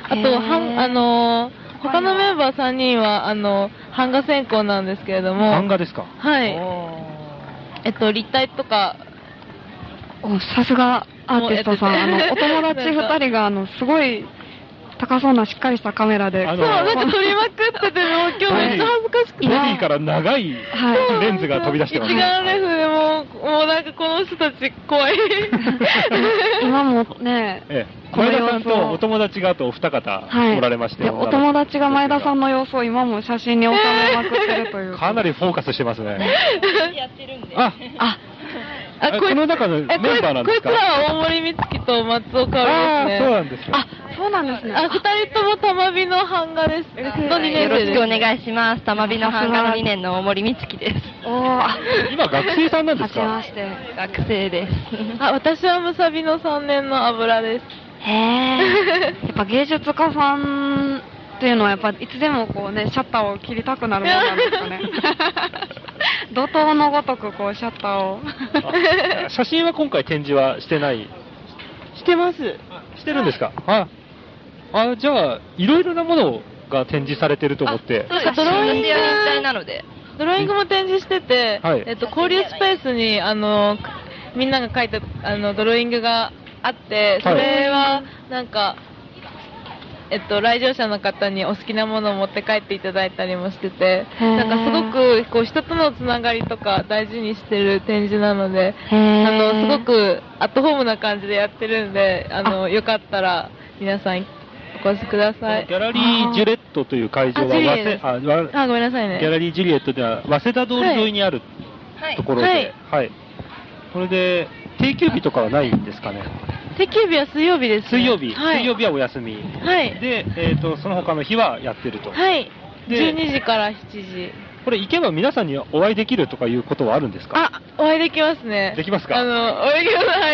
あと、はん、あのー、他のメンバーさんにんは、あの、版画専攻なんですけれども。 版画ですか？ はい。えっと、立体とか。 お、さすがアーティストさん。あの、お友達二人が、あの、すごい、高そうなしっかりしたカメラで。 そう、なんか撮りまくってて、もう今日めっちゃ恥ずかしくて。 ボディから長いレンズが飛び出してますね。 一眼レフでもう、もうなんかこの人たち怖い。 今もね、 ええ、前田さんとお友達があとお二方おられまして、 お友達が前田さんの様子を今も写真に収めまくってるという。 かなりフォーカスしてますね。 やってるんで。 あ、 あ、 あ、 この中のメンバーなんですか？ こいつらは大森美月と松尾香織ですね。 あ、そうなんですね。 あ、そうなんですね。 あ、二人とも玉美の版画です。のにねん生です。 よろしくお願いします。玉美の版画のにねんの大森美月です。 おー、 今学生さんなんですか？ はじめまして。 学生です。 あ、私はむさびのさんねんの油です。 へー。やっぱ芸術家さんっていうのはやっぱいつでもこうね、シャッターを切りたくなるものなんですかね。怒涛のごとくこうシャッターを。 写真は今回展示はしてない？ してます。 してるんですか？あ、あ、じゃあいろいろなものが展示されてると思って。 そうです。ドローイングなので。 ドローイングも展示してて、 はい、 えっと交流スペースにあのみんなが描いたあのドローイングがあって、それはなんか。えっと、来場者の方にお好きなものを持って帰っていただいたりもしてて、なんかすごくこう人とのつながりとか大事にしてる展示なので、あのすごくアットホームな感じでやってるんで、あのよかったら皆さんお越しください。 ギャラリージュレットという会場は早稲ああごめんなさいね。 ギャラリージュリエットでは早稲田通り沿いにあるところで、はい、はい、これで定休日とかはないんですかね？ 定休日は水曜日です、ね。 水曜日、 はい、 水曜日はお休み。 はい。 で、えっ、ー、と、その他の日はやってると。 はい。じゅうにじからしちじ。 これ行けば皆さんにお会いできるとかいうことはあるんですか？ あ、お会いできますね。 できますか？ あの、お会いできます。はい。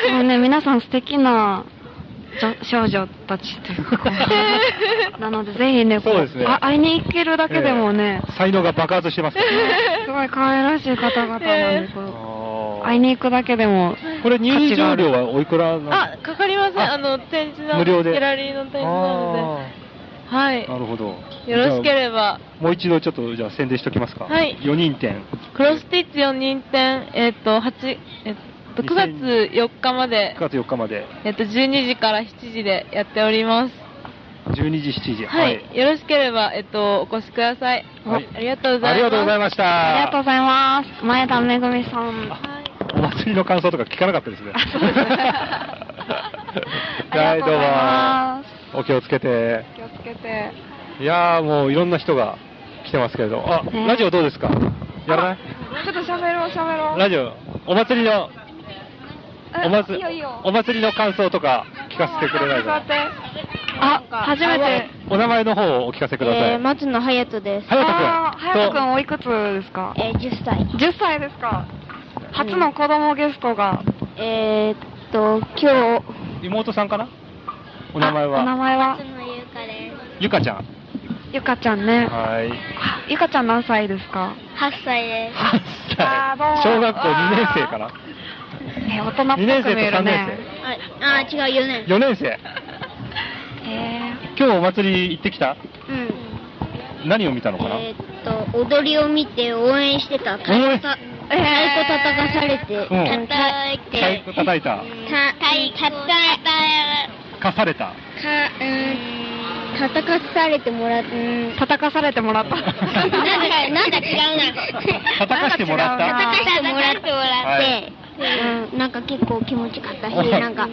もうね、皆さん素敵な少女たちというか。なので、ぜひね、 そうですね。 あ、会いに行けるだけでもね、 えー、才能が爆発してますからね。 すごい可愛らしい方々なんで、えー会いに行くだけでも。 これ入場料はおいくらなんですか？ あ、かかりません。あの、展示の、 無料で。 ギャラリーの展示なので。はい。 なるほど。 よろしければ。 もう一度ちょっと、じゃあ宣伝しておきますか。 はい。 よにん展。 クロスティッチよにん展、えっと、はち、えっと、くがつよっかまで。 くがつよっかまで。 えっと、じゅうにじからしちじでやっております。 じゅうにじ、しちじ。 はい。よろしければ、えっと、お越しください。はい。ありがとうございます。 ありがとうございました。 ありがとうございます。前田めぐみさん。 お祭りの感想とか聞かなかったですね。 はい、どうも。お気をつけて。 気をつけて。 いやー、もういろんな人が来てますけれど。あ、ね、ラジオどうですか？やらない？ ちょっと喋ろう、喋ろう。 ラジオ、お祭りの、お祭り、お祭りの感想とか聞かせてくれないかな。 あ、初めて。 お名前の方をお聞かせください。 えー、松野隼人です。 隼人くん。 隼人くんおいくつですか？ えー、じゅっさい。 じゅっさいですか？初の子供ゲストが。 えーっと、今日。妹さんかな？お名前は？ お名前は？ 松野ゆかです。 ゆかちゃん。 ゆかちゃんね。 はい。 ゆかちゃん何歳ですか？ はっさいです。 はっさい。小学校にねん生かな？ え、大人っぽく見えるね。にねん生とさんねん生。あ、あ、違う、よねん。 よねん生。 えー、今日お祭り行ってきた？ うん。 何を見たのかな？ えー、っと、踊りを見て応援してた。太鼓た、太鼓叩かされて、 うん、 叩いて。 太鼓叩いた。た、 た、た、 かされた。か、 うん、叩かされてもらった。 叩かされてもらった。なんだ、 なんだ違うな。 叩かしてもらった。 叩かしてもらってもらって。うん、なんか結構気持ちよかったし、なんか、うん、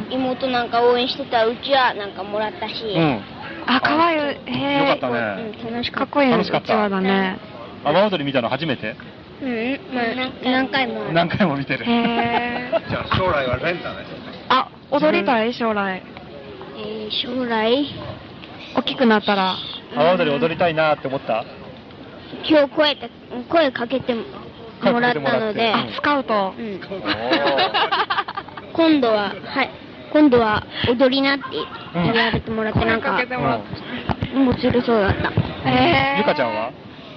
妹なんか応援してたうちはなんかもらったし、うん、 あ、かわいい、へえ、よかったね、 うん、楽しかった、 かっこいい、うちわだね。 阿波踊り見たの初めて？ うん、まあ、何回も何回も見てる。 へーじゃあ将来はレンタです。 あ、踊りたい将来。 えー、将来大きくなったら阿波踊り踊りたいなって思った？ 今日声声かけてももらったので、 スカウト、うん、 今度は、はい、今度は踊りなって言われてもらって、なんか、面白そうだった。 えー、 ゆかちゃんは？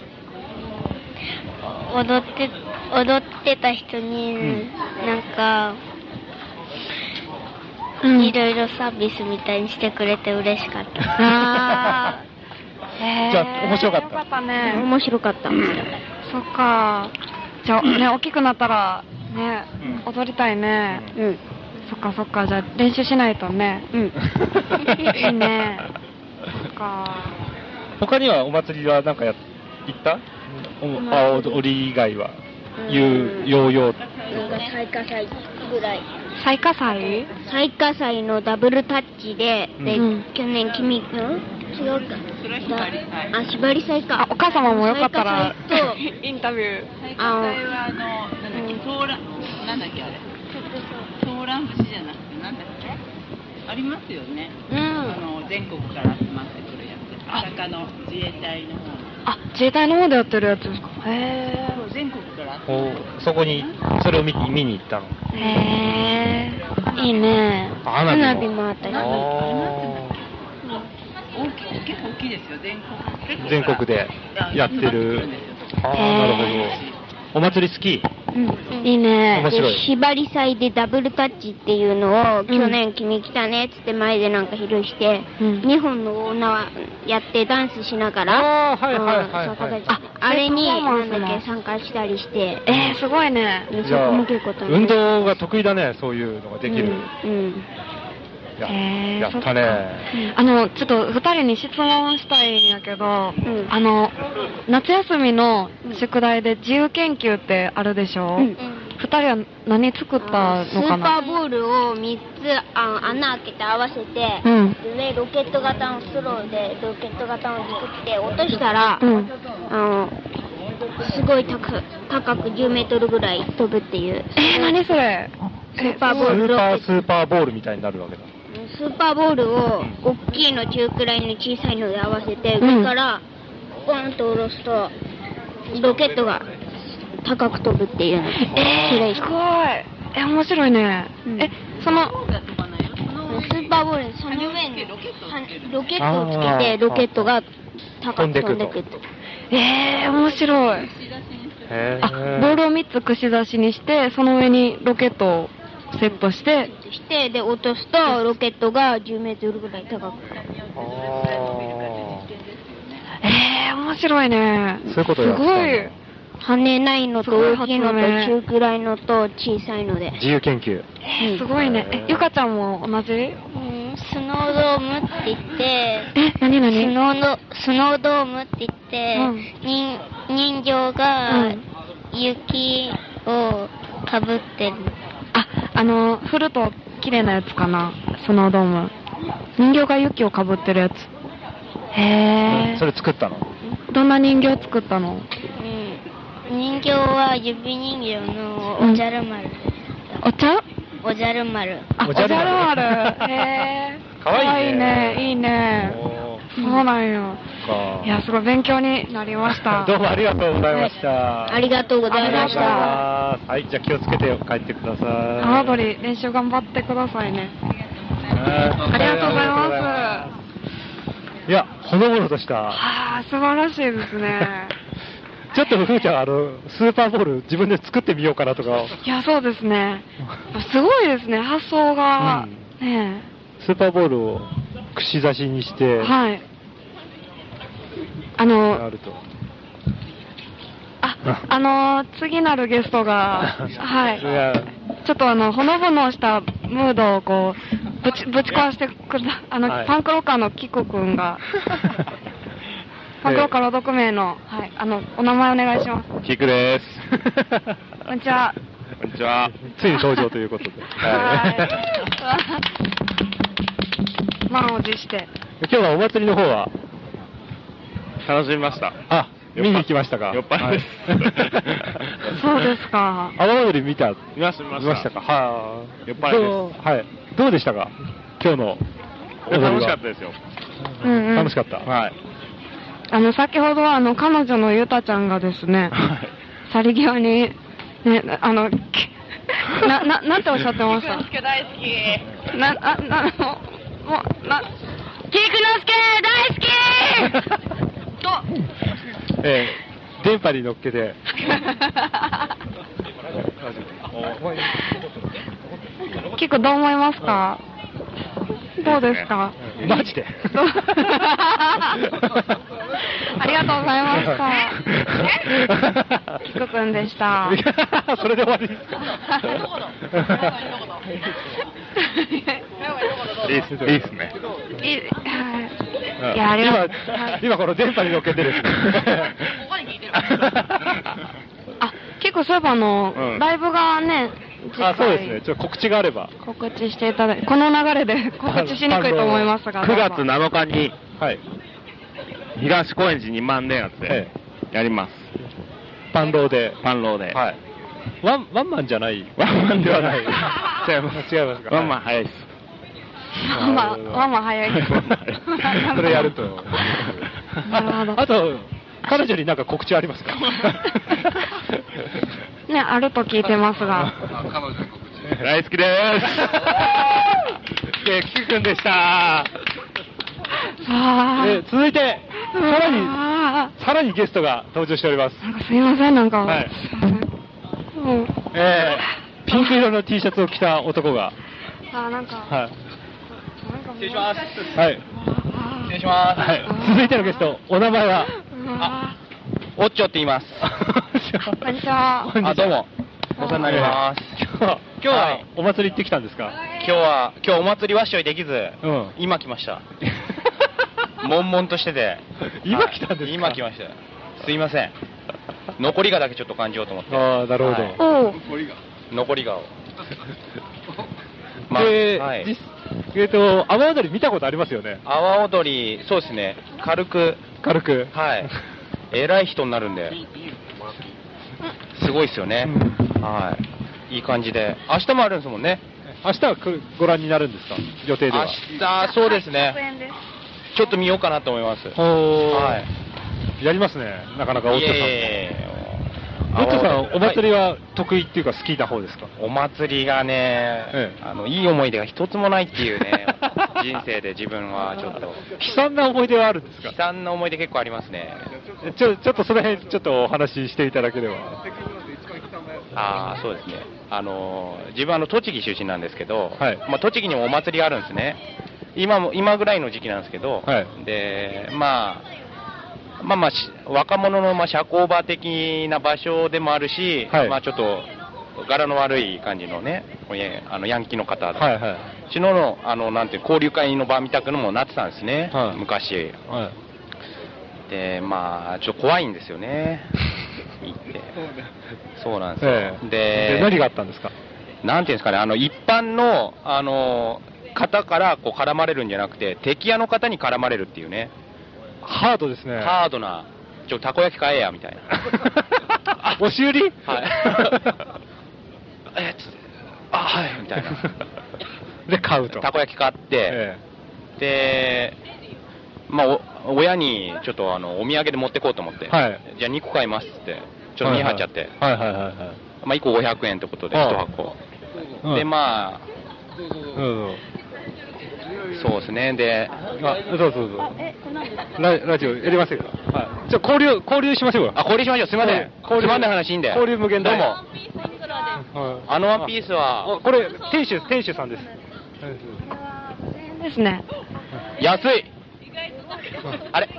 踊って、踊ってた人に、うん、なんか、 いろいろサービスみたいにしてくれて嬉しかった。 あー。じゃあ、面白かった。 よかったね。 面白かった。 そっか。じゃあ、ね、大きくなったら、ね、うん、踊りたいね。うん。そっかそっか、じゃあ練習しないとね。うん。いいね。そっか。 他にはお祭りはなんかや、行った？あ、踊り以外は。いう、ヨーヨー。 なんか最下祭ぐらい。 最下祭？ 最下祭のダブルタッチで、で、うん、去年君、ん？違うか。あ、縛り祭か。 あ、お母様もよかったら、インタビュー。 最下祭はあの、なんだっけ、ソーラン、なんだっけあれ。ソーラン節じゃなくて、なんだっけありますよね。うん。あの、全国から集まってくるやつ。朝霞の自衛隊の方。 あ、自衛隊の方でやってるやつですか。へー。全国からそこにそれを見見に行ったの。 へー、いいね。 花火もあったり。 大きい、結構大きいですよ、全国。 全国でやってる。ああ、なるほど。お祭り好き？ うん、いいね。 面白い。 縛り祭でダブルタッチっていうのを、去年君来たねっつって前でなんか披露して、にほんの女やってダンスしながら、 あ、はいはいはいはい、 あ、あれになんだっけ参加したりして、 えー、すごいね。 じゃあ運動が得意だね、そういうのができる。うん。うんや, えー、やったね。 あの、ちょっと二人に質問したいんやけど、うん、あの、夏休みの宿題で自由研究ってあるでしょ？うん、二人は何作ったのかな？スーパーボールをみっつあ穴開けて合わせて、うん、上ロケット型のスローでロケット型を作って落としたら、うん、あのすごい高, 高くじゅうメートルぐらい飛ぶっていう。 えー、何それ？ スーパーボール。 スーパースーパーボールみたいになるわけだ。 スーパーボールを大きいの中くらいの小さいので合わせて、上からポンと下ろすとロケットが高く飛ぶっていうの。 えー、すごい。え、面白いね。うん、え、そのスーパーボールその上にロケットをつけてロケットが高く飛んでくる。 えー、面白い。あ、ボールをみっつ串刺しにして、その上にロケットをセットして、 して、で、落とすと、ロケットがじゅうメートルぐらい高く。 えー、面白いね。 そういうことやった。すごい。 羽ないのと大きいのと中くらいのと小さいので。 自由研究。 えー、すごいね。え、ゆかちゃんも同じ？うん、 スノードームって言って、 え、なになに？ スノード、スノードームって言って、うん、人、人形が雪をかぶってる。 あ、あの、振ると綺麗なやつかな、スノードーム。人形が雪をかぶってるやつ。へー。 それ作ったの？ どんな人形作ったの？ うん。人形は指人形のおじゃる丸。 お茶？ おじゃる丸。 あ、おじゃる丸。へー。 かわいいね。 いいね、いいね。そうなんよ。いや、すごい勉強になりました。 どうもありがとうございました。はい、 ありがとうございました。 はい、じゃあ気をつけて帰ってください。 浜踊り練習頑張ってくださいね。ありがとうございます。 いや、ほのぼのとした。 はあ、素晴らしいですね。 ちょっとふーちゃん、あの、スーパーボール自分で作ってみようかなとか。 いや、そうですね。すごいですね、発想が。うん、ねスーパーボールを串刺しにして。 はい。あの、 あると。 あ、あのー、次なるゲストが、はい。ちょっとあの、ほのぼのしたムードをこう、ぶち、ぶち壊してくだ、あの、はい、パンクロッカーのキコくんが、パンクロッカー朗読名の、はい、あの、お名前お願いします。 キクです。 こんにちは。 こんにちは。 ついに登場ということで。はい。 満を持して。 今日はお祭りの方は楽しみました。 あ、見に行きましたか。 酔っ払いです。 そうですか。 阿波踊り見た。 見ました、見ました。見ましたか。 はあ。酔っ払いです。 はい。どうでしたか今日の踊りは。 楽しかったですよ。 うんうん。 楽しかった。 はい。 あの、先ほどあの、彼女のゆたちゃんがですね、はい、去り際に、ね、あの、な、な、なんておっしゃってました？ キクノスケ大好き。 な、あ、な、もう、な、キクノスケ大好きと、 えー、電波に乗っけて。 キクどう思いますか？ そうですか。 マジでありがとうございました。キクくんでした。 それで終わりですか。 いいですね。いいですね。 いい、いや、ありがとう。 今、今この電波に乗っけてですね。 あ、結構そういえばあの、うん、ライブがね、 あ、そうですね。ちょっと告知があれば。 告知していただいて、この流れで告知しにくいと思いますが。 くがつなのかに、はい。東高円寺にまん電圧でやります。 パンローで。 パンローで。 はい。ワン、ワンマンじゃない。 ワンマンではない。違います。違いますか。 ワンマン早いです。 ワンマン、ワンマン早いです。 それやると。 なるほど。 あと、彼女になんか告知ありますか？ ね、あると聞いてますが。 彼女の告知。大好きでーす。 で、キクくんでした。 え続いて、さらに、さらにゲストが登場しております。 なんかすいません、なんか。はい。 うん、えー、ピンク色の T シャツを着た男が。 あ、なんか。 はい。 失礼します。 はい。 失礼します。 はい。続いてのゲスト、お名前はあ、オッチョって言います。 こんにちは。 あ、どうも。お世話になります。 今日はお祭り行ってきたんですか？ 今日は、今日お祭りわっしょいできず、うん、今来ました。悶々としてて。 今来たんですか？ 今来ました。すいません。残りがだけちょっと感じようと思って。 ああ、なるほど。 はい、残りがを。 まあ、で、はい、えっと、阿波踊り見たことありますよね？ 阿波踊り、そうですね。軽く。 軽く。 はい。偉い人になるんで。すごいですよね。うん、はい。いい感じで。明日もあるんですもんね。 明日はご覧になるんですか？予定では。 明日、そうですね。ちょっと見ようかなと思います。 はい。やりますね。なかなかオッチョさん。オッチョさん、お祭りは得意っていうか好きな方ですか？ お祭りがね、ええ、あの、いい思い出が一つもないっていうね、人生で自分はちょっと。 悲惨な思い出はあるんですか？ 悲惨な思い出結構ありますね。 ちょ、ちょっとその辺ちょっとお話ししていただければ。 ああ、そうですね。あの、自分あの、栃木出身なんですけど、はい、まあ、栃木にもお祭りがあるんですね。今も、今ぐらいの時期なんですけど、はい、で、まあ、まあまあ、若者のまあ社交場的な場所でもあるし、はい、まあちょっと柄の悪い感じのね、あのヤンキーの方で、はいはい、うのあのなんていう交流会の場みたくのもなってたんですね、はい、昔、はい。で、まあちょっと怖いんですよね。行って。そうなんですよ。ええ、で、で何があったんですか？ なんていうんですかね、あの一般のあの方からこう絡まれるんじゃなくて、敵屋の方に絡まれるっていうね。 ハードですね。 ハードな、ちょ、たこ焼き買えや、みたいな。 押し売り？はい。 え、つって、あ、はい、みたいな。 で、買うと。 たこ焼き買って、ええ、で、まあ、お、親に、ちょっと、あの、お土産で持ってこうと思って、はい、じゃあにこ買いますって、ちょっと見張っちゃって。はいはいはいはい。まあ、いっこごひゃくえんってことで、いち箱。はい、で、まあ、うん、そうですね。で、 あ、そうそうそう。ラ, ラジオやりませんか？はい。じゃ交流、交流しましょうよ。 あ、交流しましょう。すいません。交流。つまんない話いいんで。 交流無限大。 どうも。あのワンピースは、 これ、店主、店主さんです。 ですね。 安い。あれ？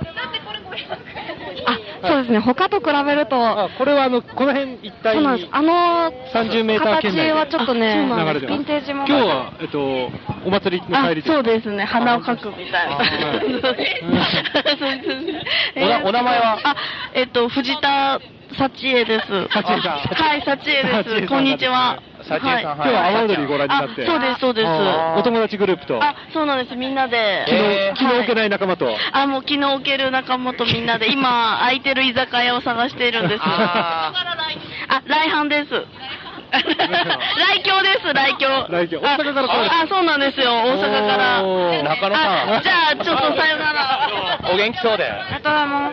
あ、そうですね。他と比べると。 あ、これはあの、この辺一帯に。そうなんです。 あの、 さんじゅうメーター圏内形はちょっとね、 流れてます。 ヴィンテージも。 今日は、えっと、お祭りの帰りで。そうですね。花を描くみたいな。 お名前は？ あ、えっと、藤田幸恵です。 幸恵さん。 はい、幸恵です。こんにちは。 幸恵さん、 今日は阿波踊りご覧になって。 そうです、そうです。 お友達グループと。 あ、そうなんです。みんなで。 気の置けない仲間と。 あ、もう気の置ける仲間とみんなで、今、空いてる居酒屋を探しているんです。あ、来阪です。来京です、来京。 来京。大阪から来る。 あ、そうなんですよ、大阪から。 中野さん。 じゃあ、ちょっとさよなら。 お元気そうで。 ありがとうございます。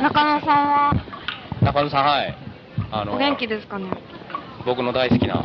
中野さんは？ 中野さん、はい。あのお元気ですかね。 僕の大好きな。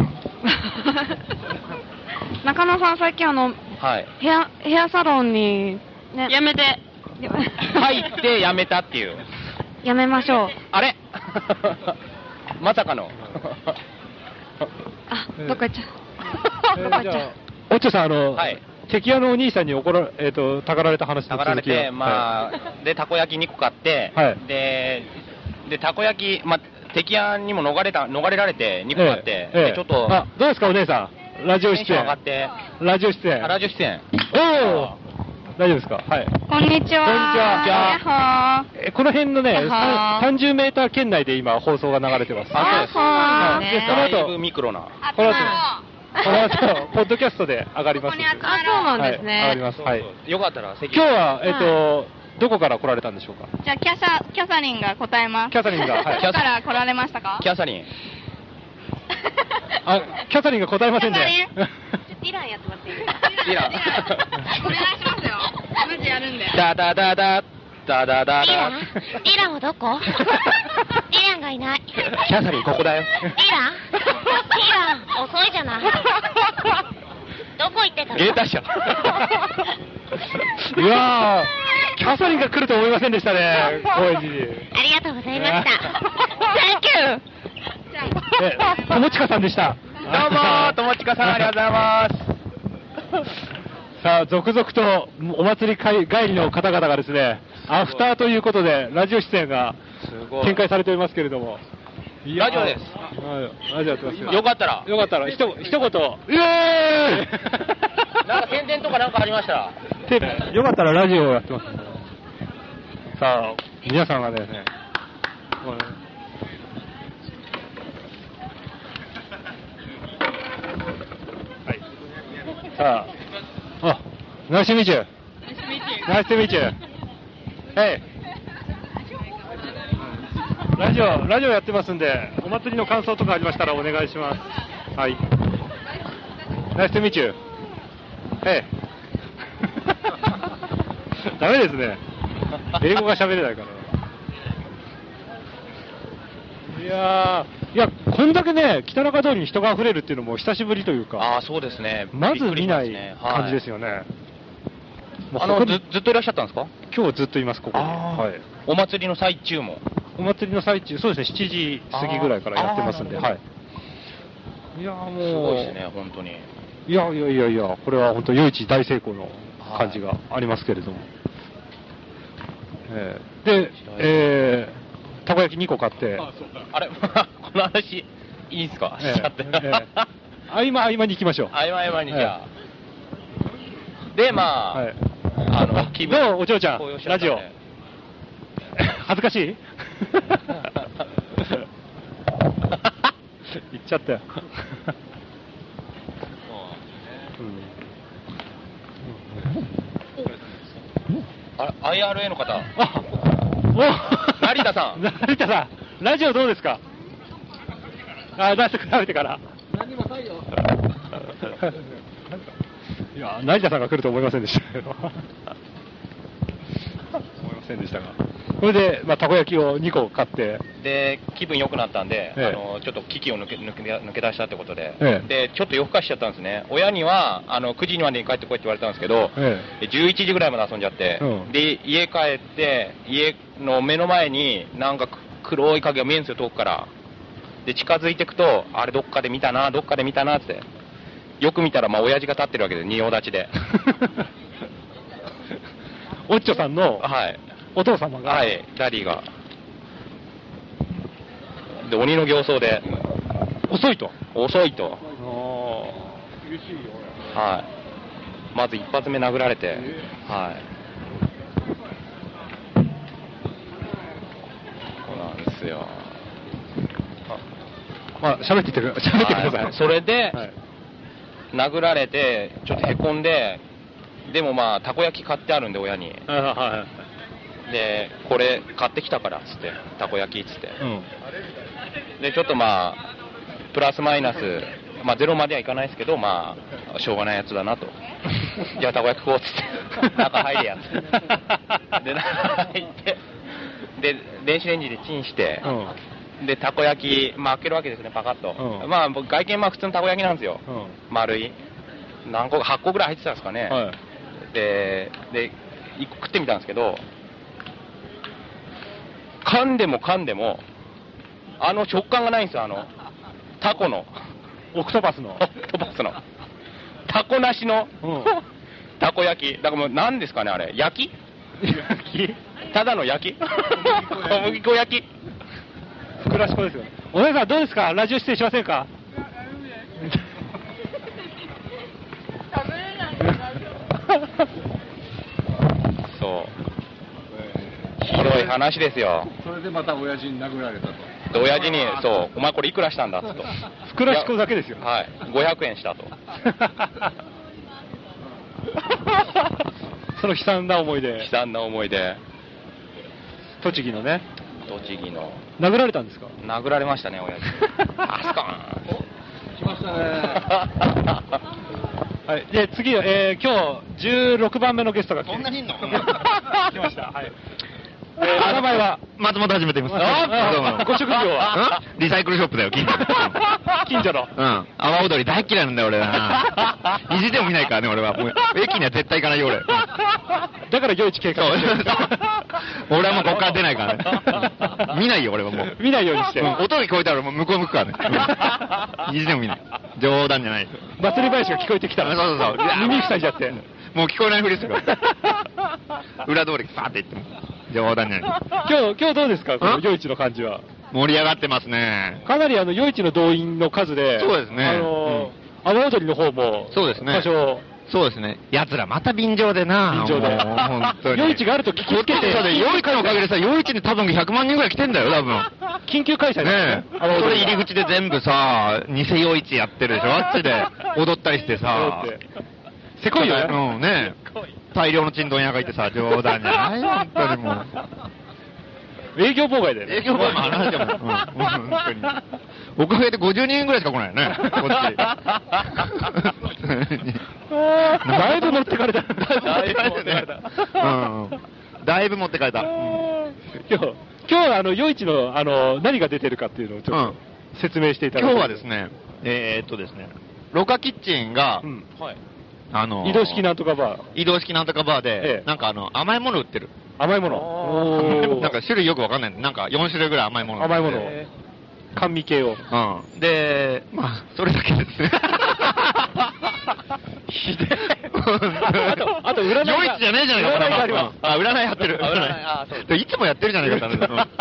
中野さん、最近あの、 はい、 ヘア、ヘアサロンに、ね、 やめて。入ってやめたっていう。 やめましょう。 あれまさかの。 あ、どっか行っちゃえー、じゃあ、おっちょさん、あの、はい、敵屋のお兄さんに怒ら、えっ、ー、と、たかられた話の続きたかられて、まあ、はい、で、たこ焼きにこ買って、はい、で、で、たこ焼き、まあ、敵屋にも逃れた、逃れられてにこ買って、えーえー、で、ちょっと。 あ、どうですか、お姉さん。ラジオ出演。 上がって。 ラジオ出演。 ラジオ出演。 おお大丈夫ですか。はい。 こんにちは。 こんにちは。えこの辺のね、さんじゅうメーター圏内で今放送が流れてます。 あ、そうです。 はい。で、その後、 だいぶミクロな。 この後、この後、ポッドキャストで上がります。 あ、そうなんですね。 上がります。はい。 よかったら席。今日は、えっと、どこから来られたんでしょうか。 じゃあ、キャサ、キャサリンが答えます。 キャサリンが、はい。 どこから来られましたか。 キャサリン。 あ、キャサリンが答えませんね。 ディランやってもらっていいですか。ディラン。お願いしますよ。マジやるんで。 ダダダダダダダダ。 ディラン？ディランはどこ？ディランがいない。 キャサリンここだよ。 ディラン？ディラン遅いじゃない。どこ行ってたの？ 芸達者。 いやー、キャサリンが来ると思いませんでしたね。高円寺に。 ありがとうございました。Thank you。 え、友近さんでした。 どうもー、友近さんありがとうございます。 さあ、続々とお祭り帰りの方々がですね、アフターということで、ラジオ出演が展開されておりますけれども。 ラジオです。 ラジオやってますよ。 よかったら。 よかったら、ひと、一言。 イエーイなんか宣伝とかなんかありました。 よかったらラジオをやってます。さあ、皆さんがですね、さあ、あ、ナイスミーチュー。ナイスミーチュー。はい。ラジオ、ラジオやってますんで、お祭りの感想とかありましたらお願いします。はい。ナイスミーチュー。はい。ダメですね。英語が喋れないから。いやー、いや、こんだけね、北中通りに人が溢れるっていうのも久しぶりというか。 ああ、そうですね。 まず見ない感じですよね。はい、 あのず、ずっといらっしゃったんですか？ 今日ずっといます、ここに。はい。 お祭りの最中も。 お祭りの最中、そうですね、しちじ過ぎぐらいからやってますんで、はい。いやーもう。 すごいですね、本当に。 いやいやいやいや、これは本当、夜市大成功の感じがありますけれども。えー、で、えー、たこ焼きにこ買って。 あ、あれ、この話、いいんすか？しちゃって。えー、えー、 合間合間に行きましょう。 合間合間にじゃあ。えー、で、まあ、はい、あの、 気分。どう、お嬢ちゃん、ラジオ。恥ずかしい言っちゃったよ。 あ、アイアールエー の方。 あ、 お成田さん。 成田さん、ラジオどうですか？あ、出して比べてから。何もないよ。いや、成田さんが来ると思いませんでしたけど。思いませんでしたが。それで、まあ、たこ焼きをにこ買って。 で、気分良くなったんで、ええ、あの、ちょっと危機を抜け、抜け、抜け出したってことで、ええ、で、ちょっと夜更かしちゃったんですね。親には、あの、くじにまでに帰ってこいって言われたんですけど、ええ、じゅういちじぐらいまで遊んじゃって、うん、で、家帰って、家の目の前になんか黒い影が見えるんですよ、遠くから。で、近づいていくと、あれどっかで見たな、どっかで見たなって。よく見たら、まあ、親父が立ってるわけで、仁王立ちで。 おっちょさんの、 はい。 お父様が、 はい、ダディが。で、鬼の形相で。 遅いと。 遅いと。厳しいよ。はい。まず一発目殴られて、はい。そうなんですよ。 まあ、喋っててください。喋ってください。 それで、はい、殴られて、ちょっとへこんで、でもまあ、たこ焼き買ってあるんで、親に。 はいはい。 で、これ買ってきたからっつって、たこ焼きっつって、うん、でちょっとまあプラスマイナス、まあゼロまではいかないですけど、まあしょうがないやつだなとじゃあたこ焼き食おうっつって中入れやっつってで中入ってで電子レンジでチンして、うん、でたこ焼き、まあ、開けるわけですね、パカッと、うん、まあ外見まあ普通のたこ焼きなんですよ、うん、丸い何個かはっこぐらい入ってたんですかね、はい、ででいっこ食ってみたんですけど、噛んでも噛んでもあの食感がないんですよ、あのタコのオクトパスの。 オクトパスの。タコなしの、うん、たこ焼き。だからもう何ですかね、あれ。焼き焼きただの焼き小麦粉焼きふくらしこですよね。お姉さんどうですか、ラジオ出演しませんか？ そう。ひどい話ですよ。 それでまた親父に殴られたと。 で、親父に、そう、お前これいくらしたんだっつと。 ふくらしこだけですよ。 はい。ごひゃくえんしたと。 その悲惨な思い出。 悲惨な思い出。 栃木のね。 栃木の。 殴られたんですか？ 殴られましたね、親父。あそこーん。来ましたね。 はい。で、次、えー、今日じゅうろくばんめのゲストが来そんなにいんの？ 来ました。はい。えー、お名前は松本はじめて言います。 どうも。ご職業はリサイクルショップだよ、近所の。 近所の。 うん。阿波踊り大嫌いなんだよ、俺な。意地でも見ないからね、俺は。もう駅には絶対行かないよ、俺。 だから夜市計画。 俺はもうここから出ないからね。見ないよ、俺はもう。 見ないようにして。 音が聞こえたらもう向こう向くからね。意地でも見ない。冗談じゃない。 祭り林が聞こえてきたら。 そうそうそう。 耳塞いじゃって。 もう聞こえないふりするから。裏通りパーって行っても。冗談じゃない。 今日、今日どうですか、この夜市の感じは。 盛り上がってますね。 かなりあの、夜市の動員の数で。 そうですね。 あの、阿波踊りの方も。 そうですね。 多少。 そうですね。奴らまた便乗でな。 便乗で。 本当に。 夜市があると聞きつけて。 そうで、夜市のおかげでさ、夜市に多分ひゃくまんにんぐらい来てんだよ、多分。 緊急開催ね。それ入り口で全部さ、偽夜市やってるでしょ、あっちで。踊ったりしてさ。 せこいよね。 うん、ね。大量のチンドン屋がいてさ、冗談じゃない本当にもう。 営業妨害だよね。 営業妨害の話だもん。うん、本当に。おかげでごじゅうにんぐらいしか来ないよね、こっち。 だいぶ持ってかれた。 だいぶ持ってかれた。うん。だいぶ持ってかれた。 今日、今日あの、夜市の、あの、何が出てるかっていうのをちょっと説明していただき今日はですね、えーっとですね、ロカキッチンが、はい。あのー、 移動式なんとかバー。 移動式なんとかバーで、ええ、なんかあの、甘いもの売ってる。 甘いものなんか種類よくわかんない。なんかよん種類ぐらい甘いもの。 甘いもの。甘味系を。 うん。で、まあ、それだけですね。 ひでえ。あと、あと占い。 夜市じゃねえじゃないか、 占いがあります。 あ、占いやってる。占い。あ、そう。いつもやってるじゃないか、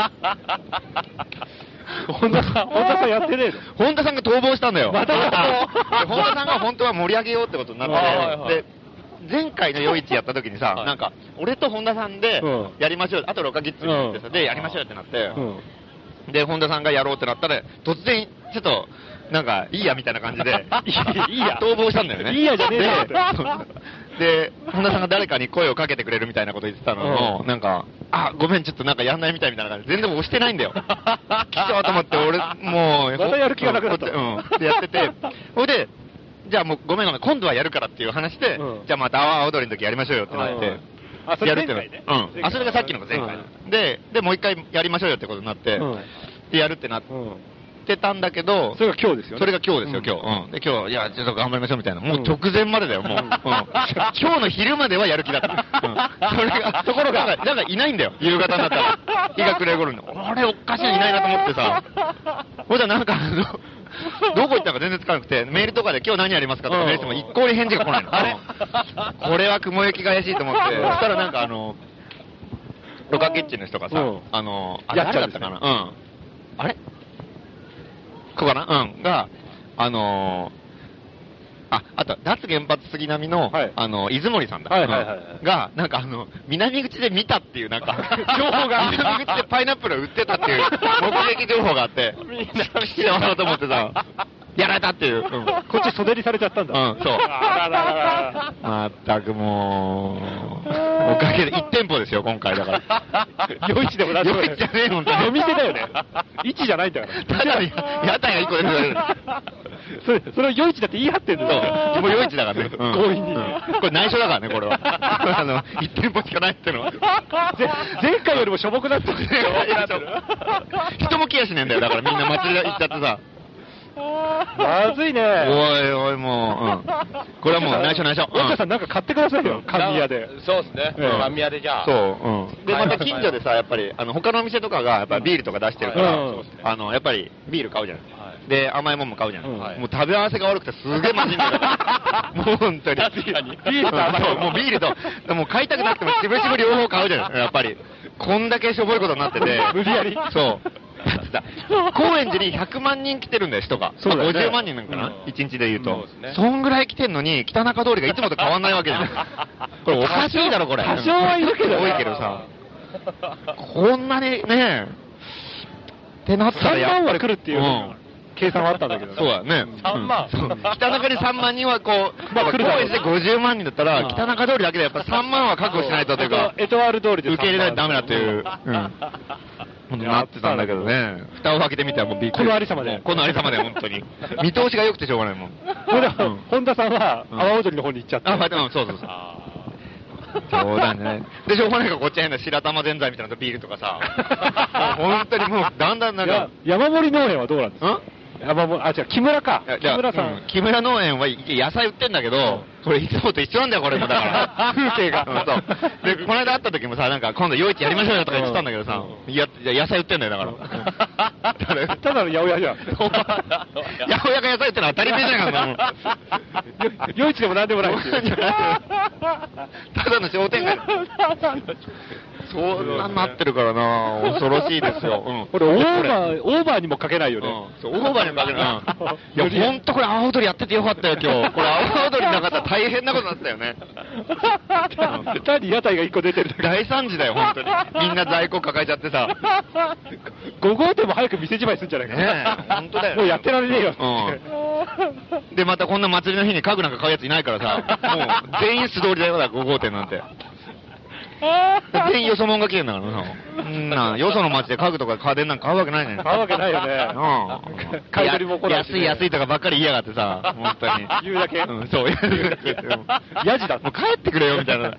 本田さん、本田さんやってねえの？ 本田さんが逃亡したんだよ。 またまた。 本田さんが本当は盛り上げようってことになって、で、前回の夜市やった時にさ、なんか、俺と本田さんでやりましょう、あとロカキッズに行ってさ、で、やりましょうってなって、で、本田さんがやろうってなったら、突然、ちょっと、なんか、いいやみたいな感じで、いいや、逃亡したんだよね。 いいやじゃねえよ。 で、本田さんが誰かに声をかけてくれるみたいなこと言ってたのも、なんか、あ、ごめん、ちょっとなんかやんないみたいみたいな感じで、全然押してないんだよ。来ちゃうと思って、俺、もう、 またやる気がなくなった。 うん。で、やってて、ほいで、じゃあもうごめんごめん、今度はやるからっていう話で、じゃあまた阿波踊りの時やりましょうよってなって、 あ、それ前回ね。 うん。あ、それがさっきのが前回。で、で、もう一回やりましょうよってことになって、で、やるってなって、ってたんだけど、 それが今日ですよね。 それが今日ですよ、今日。うん。で、今日、いや、ちょっと頑張りましょうみたいな。もう直前までだよ、もう。うん。今日の昼まではやる気だった。うん。それが、ところが、なんかいないんだよ、夕方になったら。日が暮れ頃に。あれ、おかしいのいないなと思ってさ。ほいじゃなんか、あの、どこ行ったか全然つかなくて、メールとかで今日何やりますかとかメールしても一向に返事が来ないの。あれこれは雲行きが怪しいと思って、そしたらなんかあの、ロカキッチンの人がさ、あの、あれ誰だったかな、うん。あれここかなうん。が、あのー、あ、あと、脱原発杉並の、はい、あの、出森さんだ。はいはいはい、うん。が、なんかあの、南口で見たっていう、なんか、情報が、南口でパイナップル売ってたっていう、目撃情報があって、南口でわろうと思ってさ、やられたっていう。うん、 こっち袖りされちゃったんだ。 うん、そう。あらららまったくもう、おかげでいち店舗ですよ、今回だから。 夜市でもなんでもない。 夜市じゃねえ、ほんとに。 お店だよね。市じゃないんだから。 ただ、屋台がいっこですよ。 それ、それを夜市だって言い張ってんだよ。もう夜市だからね。 強引に。 これ内緒だからね、これは。あの、いち店舗しかないってのは。 前回よりもしょぼくなってる。 人も来やしねえんだよ、だからみんな祭り行っちゃってさ。 まずいね。 おいおいもう、うん。これはもう内緒内緒。 お茶さんなんか買ってくださいよ、甘味屋で。 そうですね。甘味屋でじゃあ。 そう、うん。で、また近所でさ、やっぱり、あの、他のお店とかが、やっぱビールとか出してるから、あの、やっぱりビール買うじゃない。 で、甘いもんも買うじゃん。もう食べ合わせが悪くてすげえまずいんだよ。もう本当に。 確かに。ビールと甘いもん。 もうビールと、もう買いたくなくてもしぶしぶ両方買うじゃん、やっぱり。こんだけしょぼいことになってて。 無理やり。 そう。高円寺にひゃくまんにん来てるんだよ、人が。そうだね。ごじゅうまんにんなんかな、いちにちで言うと。そんぐらい来てんのに、北中通りがいつもと変わんないわけじゃん。これおかしいだろ、これ。 多少はいるけど。 多いけどさ。こんなにね、ってなったらやっぱり。さんまんは来るっていう計算はあったんだけど。 そうだね。 さんまん。 北中にさんまんにんはこう、まあ高円寺でごじゅうまんにんだったら、北中通りだけでやっぱさんまんは確保しないとというか、 エトワール通りで受け入れないとダメだという。なってたんだけどね。蓋を開けてみたらもうびっくり。 このありさまで。 このありさまで、本当に。見通しが良くてしょうがないもん。 本田さんは、阿波踊りの方に行っちゃった。 あ、そうそうそう。そうだね。で、しょうがないからこっちは変な白玉ぜんざいみたいなビールとかさ。本当にもう、だんだんなんか。 山盛り農園はどうなんですか？山盛り、あ、違う、木村か。 木村さん。木村農園は野菜売ってんだけど、これいつもと一緒なんだよ、これもだから。風景が。そう。で、この間会った時もさ、なんか今度夜市やりましょうよとか言ってたんだけどさ、いや、野菜売ってんだよ、だから。 ただの八百屋じゃん。 八百屋が野菜売ってのは当たり前じゃないか、 夜市でもなんでもないし。 ただの商店街。そうなってるからな、恐ろしいですよ。 これオーバー、オーバーにもかけないよね。 オーバーにもかけない。いや、ほんとこれ阿波踊りやっててよかったよ、今日。これ阿波踊りなかったら大変なことになったよね。 単に屋台がいっこ出てる。 大惨事だよ、ほんとに。みんな在庫抱えちゃってさ。 ご号店も早く店じまいするんじゃないか。 ねえ、ほんとだよ。 もうやってられねえよ。 うん。で、またこんな祭りの日に家具なんか買うやついないからさ、もう全員素通りだよ、だ、ご号店なんて。全員よそもんが来てんだからさ。うんな、よその町で家具とか家電なんか買うわけないね。 買うわけないよね。 うん。 買い取りも来ないし。 安い安いとかばっかり言いやがってさ、本当に。 言うだけうん、そう、言うだけ。 ヤジだ。 もう帰ってくれよ、みたいな。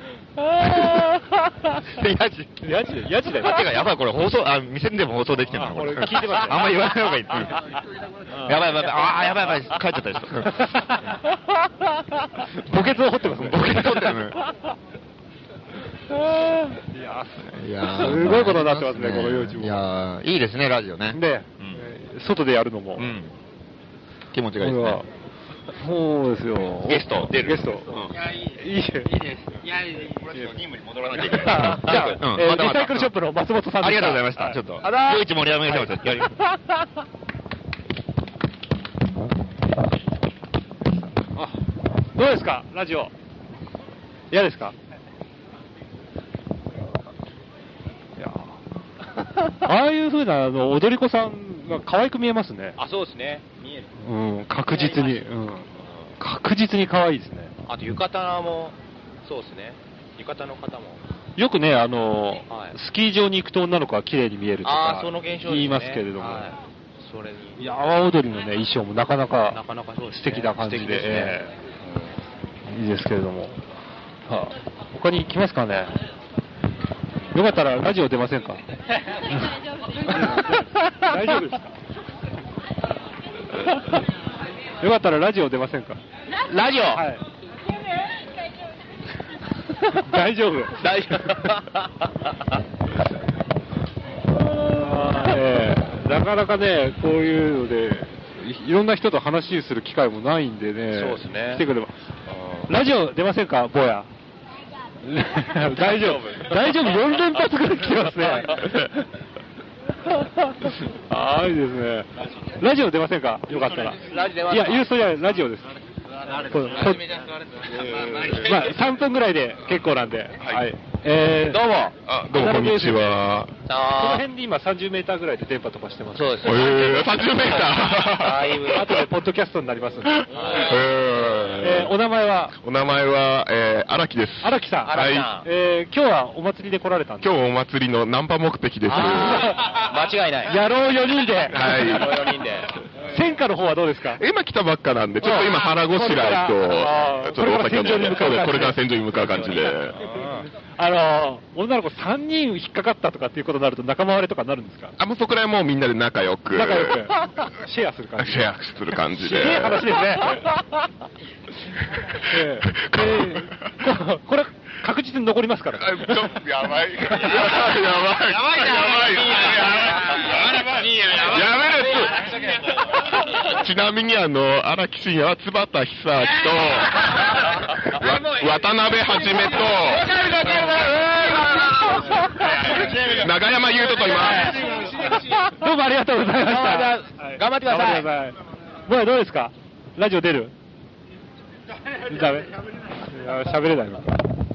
ヤジ。 ヤジヤジだよ。 てか、やばい、これ放送、あ、店でも放送できてんのこれ。 聞いてますあんま言わない方がいい。やばいやばい、ああ、やばいやばい、帰っちゃったりした。 墓穴を掘ってますね。 墓穴掘ってるね。 いやすごいことになってますね、この夜市も。 いやいいですね、ラジオね。 ね、外でやるのも。 気持ちがいいですね。 そうですよ。 ゲスト出る。 ゲスト。 いや、いい。 いいです。 いや、これ任務に戻らなきゃいけない。じゃあ、リサイクルショップの松本さんありがとうございました。ちょっと。夜市盛り上げましょう。 どうですか、ラジオ。嫌ですか？ああいう風なあの踊り子さんが可愛く見えますね。 あ、そうですね。見える。 うん、確実に。うん。確実に可愛いですね。 あと浴衣も、そうですね。浴衣の方も。 よくね、あの、はい、スキー場に行くと女の子は綺麗に見えるとか言いますけれども。はい、 それに。 いや、阿波踊りのね、衣装もなかなか素敵な感じで、 素敵ですね、えー、いいですけれども。はあ、他に来ますかね。よかったらラジオ出ませんか？大丈夫ですか？よかったらラジオ出ませんか？ ラジオ、 はい、大丈夫。 大丈夫。 えー、なかなかね、こういうので、いろんな人と話する機会もないんでね、 そうですね。 来てくれば。ラジオ出ませんか、坊や。大丈夫。大丈夫。よん連発ぐらい来てますね。ああ、いいですね。ラジオ出ませんか？よかったら。 ラジオいや、ユーストじゃない、ラジオです。まあ、さんぷんぐらいで結構なんで。はい。えー、 どうも。 あ、どうも、こんにちは。 この辺で今さんじゅうメーターぐらいで電波飛ばしてます。 そうですね。 えー、さんじゅうメーターだいぶ。 あとでポッドキャストになりますんで。えー、お名前はお名前は、えー、荒木です。 荒木さん。 はい。 えー、今日はお祭りで来られたんですか？ 今日お祭りのナンパ目的です。 間違いない。 野郎よにんで。 はい。 野郎よにんで。 戦火の方はどうですか？ 今来たばっかなんで、ちょっと今腹ごしらえと、ちょっとお酒を飲んで、これから戦場に向かう感じで。 あの、女の子さんにん引っかかったとかっていうことになると仲間割れとかになるんですか？ あ、もうそこら辺もうみんなで仲良く。 仲良く。シェアする感じ。 シェアする感じで。 すげえ話ですね。えーえー、これ、確実に残りますから。 やばい。やばい。やばい。やばい。やばい。やばい。やばい。やめろ。 ちなみにあの、荒木真也は津畑久明と、渡辺はじめと、長山優斗といます。 どうもありがとうございました。 頑張ってください。 もうどうですか？ラジオ出る？ダメ？喋れないのか。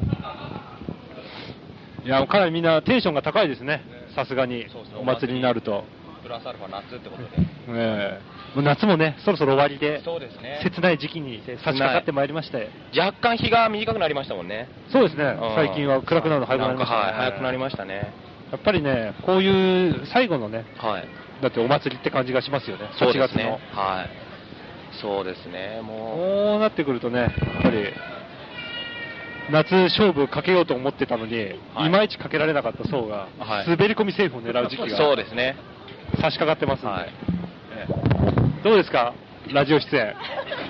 いや、かなりみんなテンションが高いですね。さすがに。お祭りになると。 プラスアルファ夏ってことで。 ええ。もう夏もね、そろそろ終わりで、そうですね。切ない時期に差し掛かってまいりまして。 若干日が短くなりましたもんね。 そうですね。最近は暗くなるの早くなりましたね。 はい、早くなりましたね。 やっぱりね、こういう最後のね、はい。だってお祭りって感じがしますよね。 そうですね。はい。そうですね。もう。 こうなってくるとね、やっぱり、夏勝負かけようと思ってたのに、はい、いまいちかけられなかった層が、はい、滑り込みセーフを狙う時期が、 そうですね。 差し掛かってますんで、はい、えどうですか、ラジオ出演。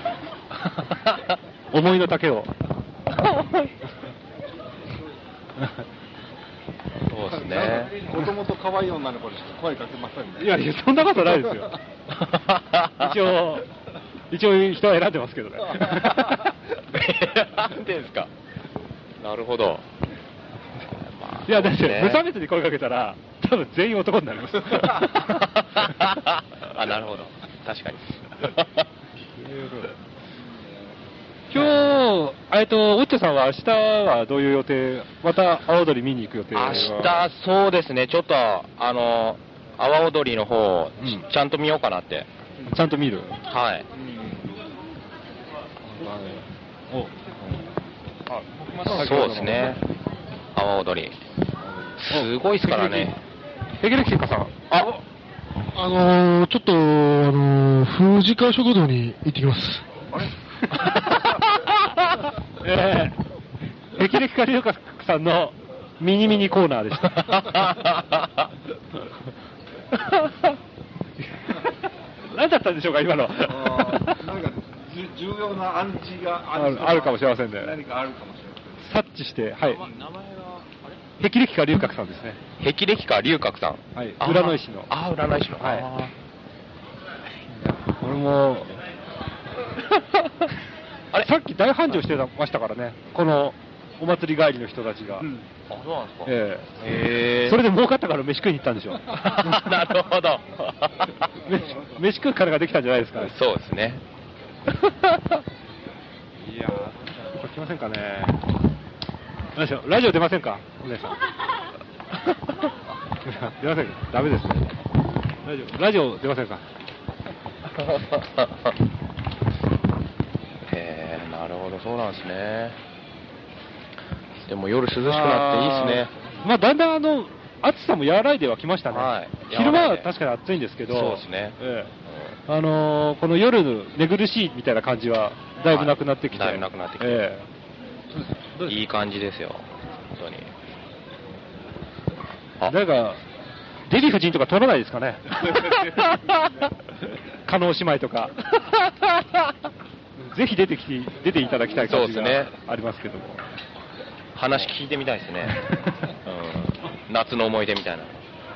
思いの丈を。 そうですね。 もともと可愛い女の子にしか声かけませんね。 いやいや、そんなことないですよ。一応、一応人は選んでますけどね。 なんでですか。なるほど。 まあ、いや、だって、ね、無差別に声かけたら、多分全員男になります。 あ、なるほど。確かに。 今日、えっと、オッチョさんは明日はどういう予定、また阿波踊り見に行く予定は？ 明日、そうですね、ちょっと、あの、阿波踊りの方、うん、ちゃんと見ようかなって。 ちゃんと見る？ はい。 うん、おそうですね。阿波踊り。すごいですからね。 ヘゲレキセカさん。 あ、あのー、ちょっと、あのー、富士川食堂に行ってきます。あれえー、ヘキレキカリオカさんのミニミニコーナーでした。何だったんでしょうか、今の。なんか重要な暗示があ る, あるかもしれませんね。 何かあるかもしれ察ない。 知して、はい。霹靂か龍角さんですね。 霹靂か龍角さん。 はい。占い師の。 ああ、占い師の。 はい。俺も、あれさっき大繁盛してましたからね。このお祭り帰りの人たちが。うん、 あ、そうなんですか。 ええー。それで儲かったから飯食いに行ったんでしょ。 なるほど。 飯食う金ができたんじゃないですかね。 そうですね。 いやー、これ来ませんかね。ラジオ、ラジオ出ませんか、お姉さん。出ませんか、ダメですね。ラジオ、ラジオ出ませんか。 へー、なるほど、そうなんですね。でも夜涼しくなっていいですね。 まあ、だんだんあの、暑さも和らいではきましたね。はい、昼間は確かに暑いんですけど、 そうですね。 ええ、あのー、この夜の寝苦しいみたいな感じはだいぶなくなってきて、 はい、だいぶなくなってきて、ええ、いい感じですよ、本当に。なんかデヴィ夫人とか取らないですかね。加納姉妹とか。ぜひ出てきて出ていただきたい感じがありますけども。 話聞いてみたいですね。うん、夏の思い出みたいな。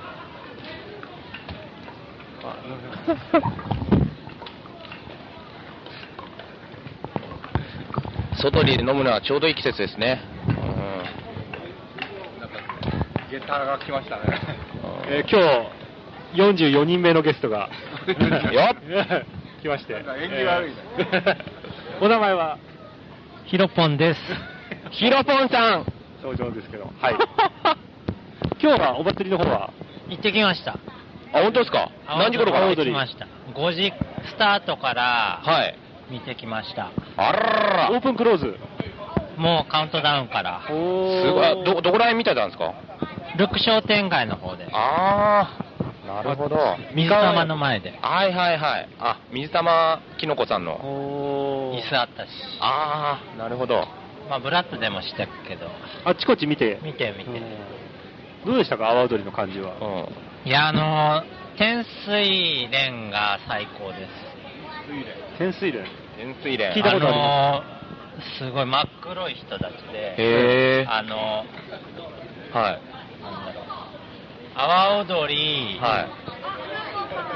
外に飲むのはちょうどいい季節ですね。うん、 なんかゲターが来ましたね。 えー、今日よんじゅうよにんめのゲストがよっ来まして。 縁起悪いね。 えー、お名前はヒロポンです。 ヒロポンさん。 登場ですけど。はい。今日はお祭りの方は行ってきました。 あ、本当ですか。何時頃から行ってきました。ごじスタートからはい見てきました。 あらら。 オープンクローズ。 もうカウントダウンから。 すごい。どどこら辺見てたんですか。 ルック商店街の方で。 ああ、なるほど。 水玉の前で。 はいはいはい。あ、水玉きのこさんの。 椅子あったし。 ああ、なるほど。 まあブラッドでもしたけど。 あっちこっち見て。 見て見て。 どうでしたか、阿波踊りの感じは。 うん、いや、あのー、天水蓮が最高です。 天水蓮。 天水蓮。 聞いたことあります。 あのー、すごい真っ黒い人たちで。 へー。 あのー、はい。 なんだろう。阿波踊り、 はい。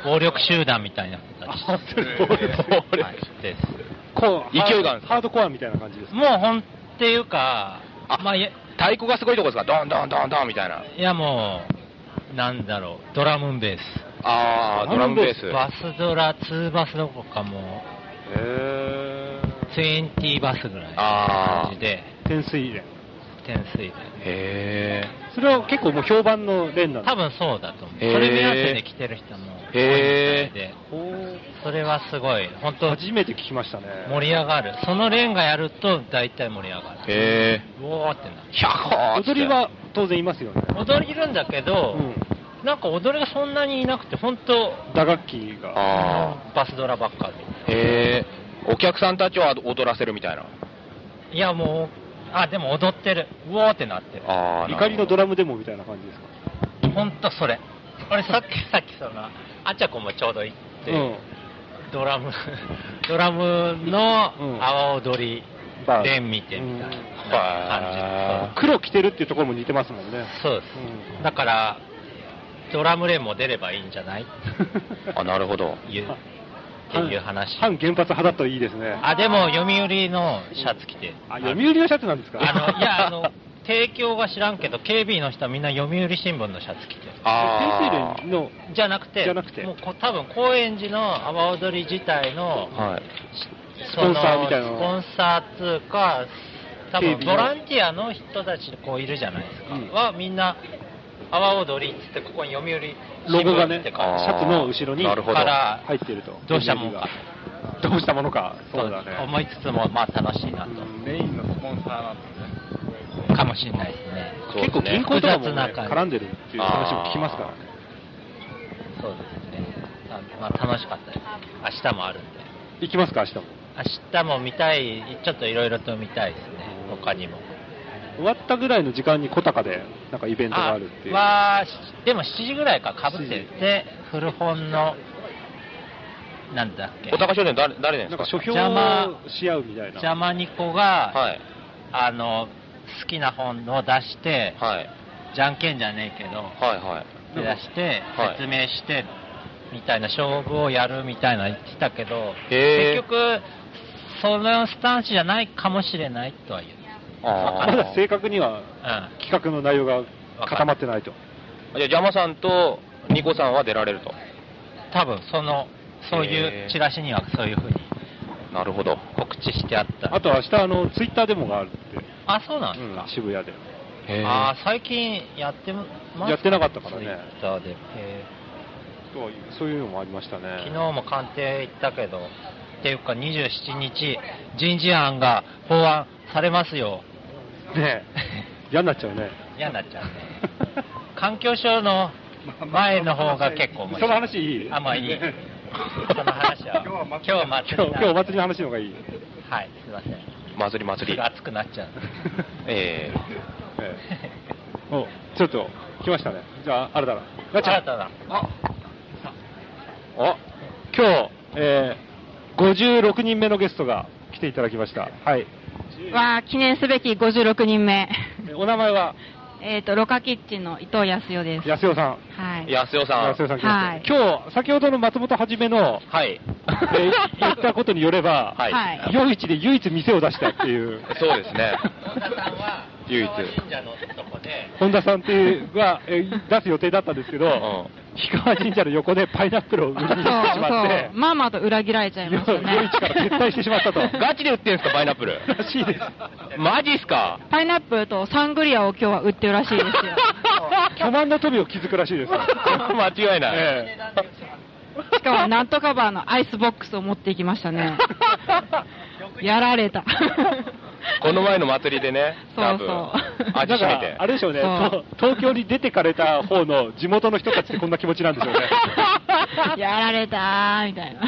暴力集団みたいな人たち。 あ、それ暴力です。 こう、 勢いがあるんですか？ ハードコアみたいな感じですか？ もうほんっていうか、 あ、まあ、太鼓がすごいとこですか？ドンドンドンドンみたいな。 いやもう、なんだろう、ドラムベース。 ああ、ドラムベース。 バスドラ、ツーバスどこかも、 へー。にじゅうバスぐらいの感じで。 天水連。 天水連。 へー。それは結構もう評判の連なんですか？ 多分そうだと思う。それ目当てで来てる人も多いみたいで。それはすごい、本当初めて聞きましたね。 盛り上がる。その連がやると大体盛り上がる。 へー。うおーってなる。 ひゃっほー。 踊りは当然いますよね。 踊りいるんだけど、うんなんか踊りがそんなにいなくて、本当打楽器が。 あバスドラばっかり。 へえ。お客さんたちは踊らせるみたいな。 いやもう、あ、でも踊ってる。うおーってなってる。 あ怒りのドラムデモみたいな感じですか？ 本当それ。俺さっき、さっきその、あちゃこもちょうど行って、うん、ドラム、ドラムの阿波踊り連見てみたいな感じ、 うん、黒着てるっていうところも似てますもんね。 そうです。うん、だから、ドラム連も出ればいいんじゃないあ、なるほど。 いう、っていう話。 反原発派だといいですね。 あ、でも、読売のシャツ着て。 あ、読売のシャツなんですか？ あの、いや、あの、提供が知らんけど、警備員の人はみんな読売新聞のシャツ着てる。 ああ。天水連のじゃなくて、 じゃなくて。 もうこ多分、高円寺の阿波踊り自体の、 はい、スポンサーみたいな。 スポンサーつうか、多分、ボランティアの人たちこういるじゃないですか。うん、は、みんな、阿波踊りっつってここに読売ロゴがね、シャツの後ろにから入っていると。 どうしたものか。 どうしたものか。そうだね。 思いつつも、まあ楽しいなと。 メインのスポンサーなんですね。かもしれないですね。 結構銀行とかも絡んでるっていう話も聞きますからね。 そうですね。まあ楽しかったです。明日もあるんで。 行きますか、明日も。 明日も見たい、ちょっといろいろと見たいですね。他にも。 終わったぐらいの時間に小高でなんかイベントがあるっていう。 まあ、でもしちじぐらいからかぶってて、古本の、なんだっけ。 小高少年誰、誰ですか？ なんか書評をし合うみたいな。 邪魔に子が、はい、あの、好きな本を出して、はい、じゃんけんじゃねえけど、はいはい、出して、説明して、みたいな勝負をやるみたいな言ってたけど、結局、そのスタンスじゃないかもしれないとは言う。 あまだ正確には企画の内容が固まってないと。 じゃあ、ジャマさんとニコさんは出られると。 多分、その、そういうチラシにはそういうふうに。 なるほど。 告知してあった。 あと明日、あの、ツイッターデモがあるって。 あ、そうなんですか、 うん、渋谷で。 ああ、最近やってます、 やってなかったからね。 ツイッターで。へそういうのもありましたね。 昨日も官邸行ったけど、っていうかにじゅうしちにち、人事案が法案されますよ。 ねえ、嫌になっちゃうね。 嫌になっちゃうね。環境省の前の方が結構面白い。 その話いい？ あ、まあいい。その話は、今日は祭り。 今日お祭りの話の方がいい。 はい、すいません。 祭り祭り。 熱くなっちゃう。 ええー。お、ちょっと、来ましたね。じゃあ、新たな。 ガチャ。新たな。あお、今日、えー、ごじゅうろくにんめのゲストが来ていただきました。はい。 わあ、記念すべきごじゅうろくにんめ。 お名前はえっと、ロカキッチンの伊藤康代です。 康代さん。 はい。 康代さん。 康代さん来ました。はい、今日、先ほどの松本はじめの、 はい。 えー、言ったことによれば、 はい。 夜市で唯一店を出したっていう。 そうですね。 本田さんは、 唯一。 神社のとこで。 本田さんっていうが、えー、出す予定だったんですけど、うん氷川神社の横でパイナップルを売りにしてしまって、 まあまあと裏切られちゃいましたね。 夜市から撤退してしまったと。 ガチで売ってるんですか、パイナップル。 らしいです。 マジっすか。 パイナップルとサングリアを今日は売ってるらしいですよ。 巨万の富を築くらしいです。 間違いない。ええ、しかもなんとかバーのアイスボックスを持っていきましたね。やられた。 この前の祭りでね、 そうそう。 味しめて。 あれでしょうね、東京に出てかれた方の地元の人たちってこんな気持ちなんでしょうね。 やられたー、みたいな。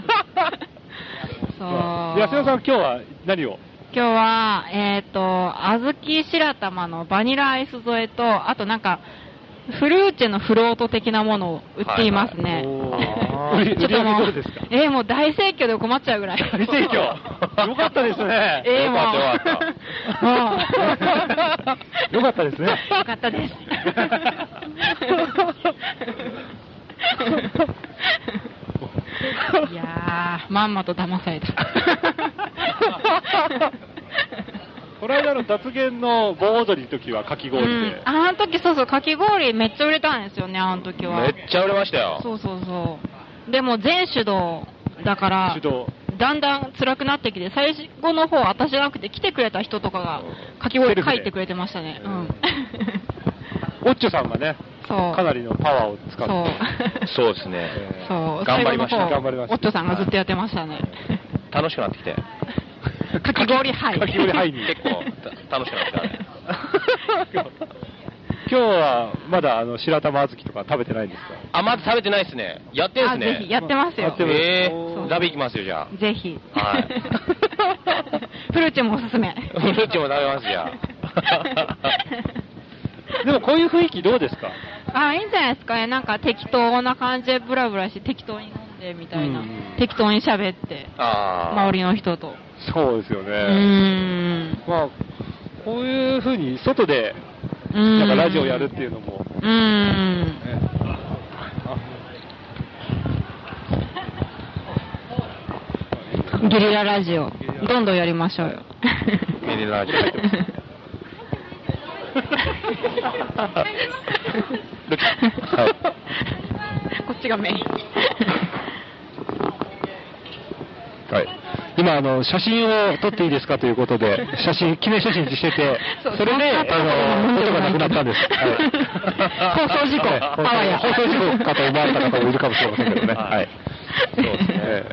そう。 安代さん、今日は何を？ 今日は、えっと、あずき白玉のバニラアイス添えと、あとなんか、フルーチェのフロート的なものを売っていますね。 売り上げどうですか？ えー、もう大盛況で困っちゃうぐらい。 大盛況。よかったですね。 えー、もう。 よかったよかった。 よかったですね。 よかったです。 いやー、まんまと騙された。 この間の脱言の盆踊りの時はかき氷で、うん、 あの時そうそう、かき氷めっちゃ売れたんですよね、あの時は。 めっちゃ売れましたよ。 そうそうそう。でも全手動だから、手動だんだん辛くなってきて、最後の方私じゃなくて来てくれた人とかがかき氷書いてくれてましたね。うん。 オッチョさんがね、かなりのパワーを使って。 そうそうですね。 そう。 頑張りました。 頑張りました。 オッチョさんがずっとやってましたね。 楽しくなってきて。 かき氷ハイ。 かき氷ハイに。 結構楽しくなってきたね。 今日はまだあの白玉小豆とか食べてないんですか？ あ、まだ食べてないですね。やってんすね。 ぜひ、やってますよ。やってます。 えー、食べ行きますよ、じゃあ。ぜひ。 はい。 フルーチェもおすすめ。 フルーチェも食べますじゃあ。でもこういう雰囲気どうですか？ あ、いいんじゃないですかね。なんか適当な感じでブラブラして適当に飲んでみたいな。適当に喋って。 あ周りの人と。 そうですよね。 うーん。 まあ、こういう風に外で、なんかラジオやるっていうのも。 うーん。ね、ゲリララジオ。どんどんやりましょうよ。 ゲリララジオ。 はい、 こっちがメイン。 はい。今あの写真を撮っていいですかということで写真記念写真してて、それであの音がなくなったんです。 放送事故。 放送事故かと思われた方もいるかもしれませんけどね。はい。そうですね。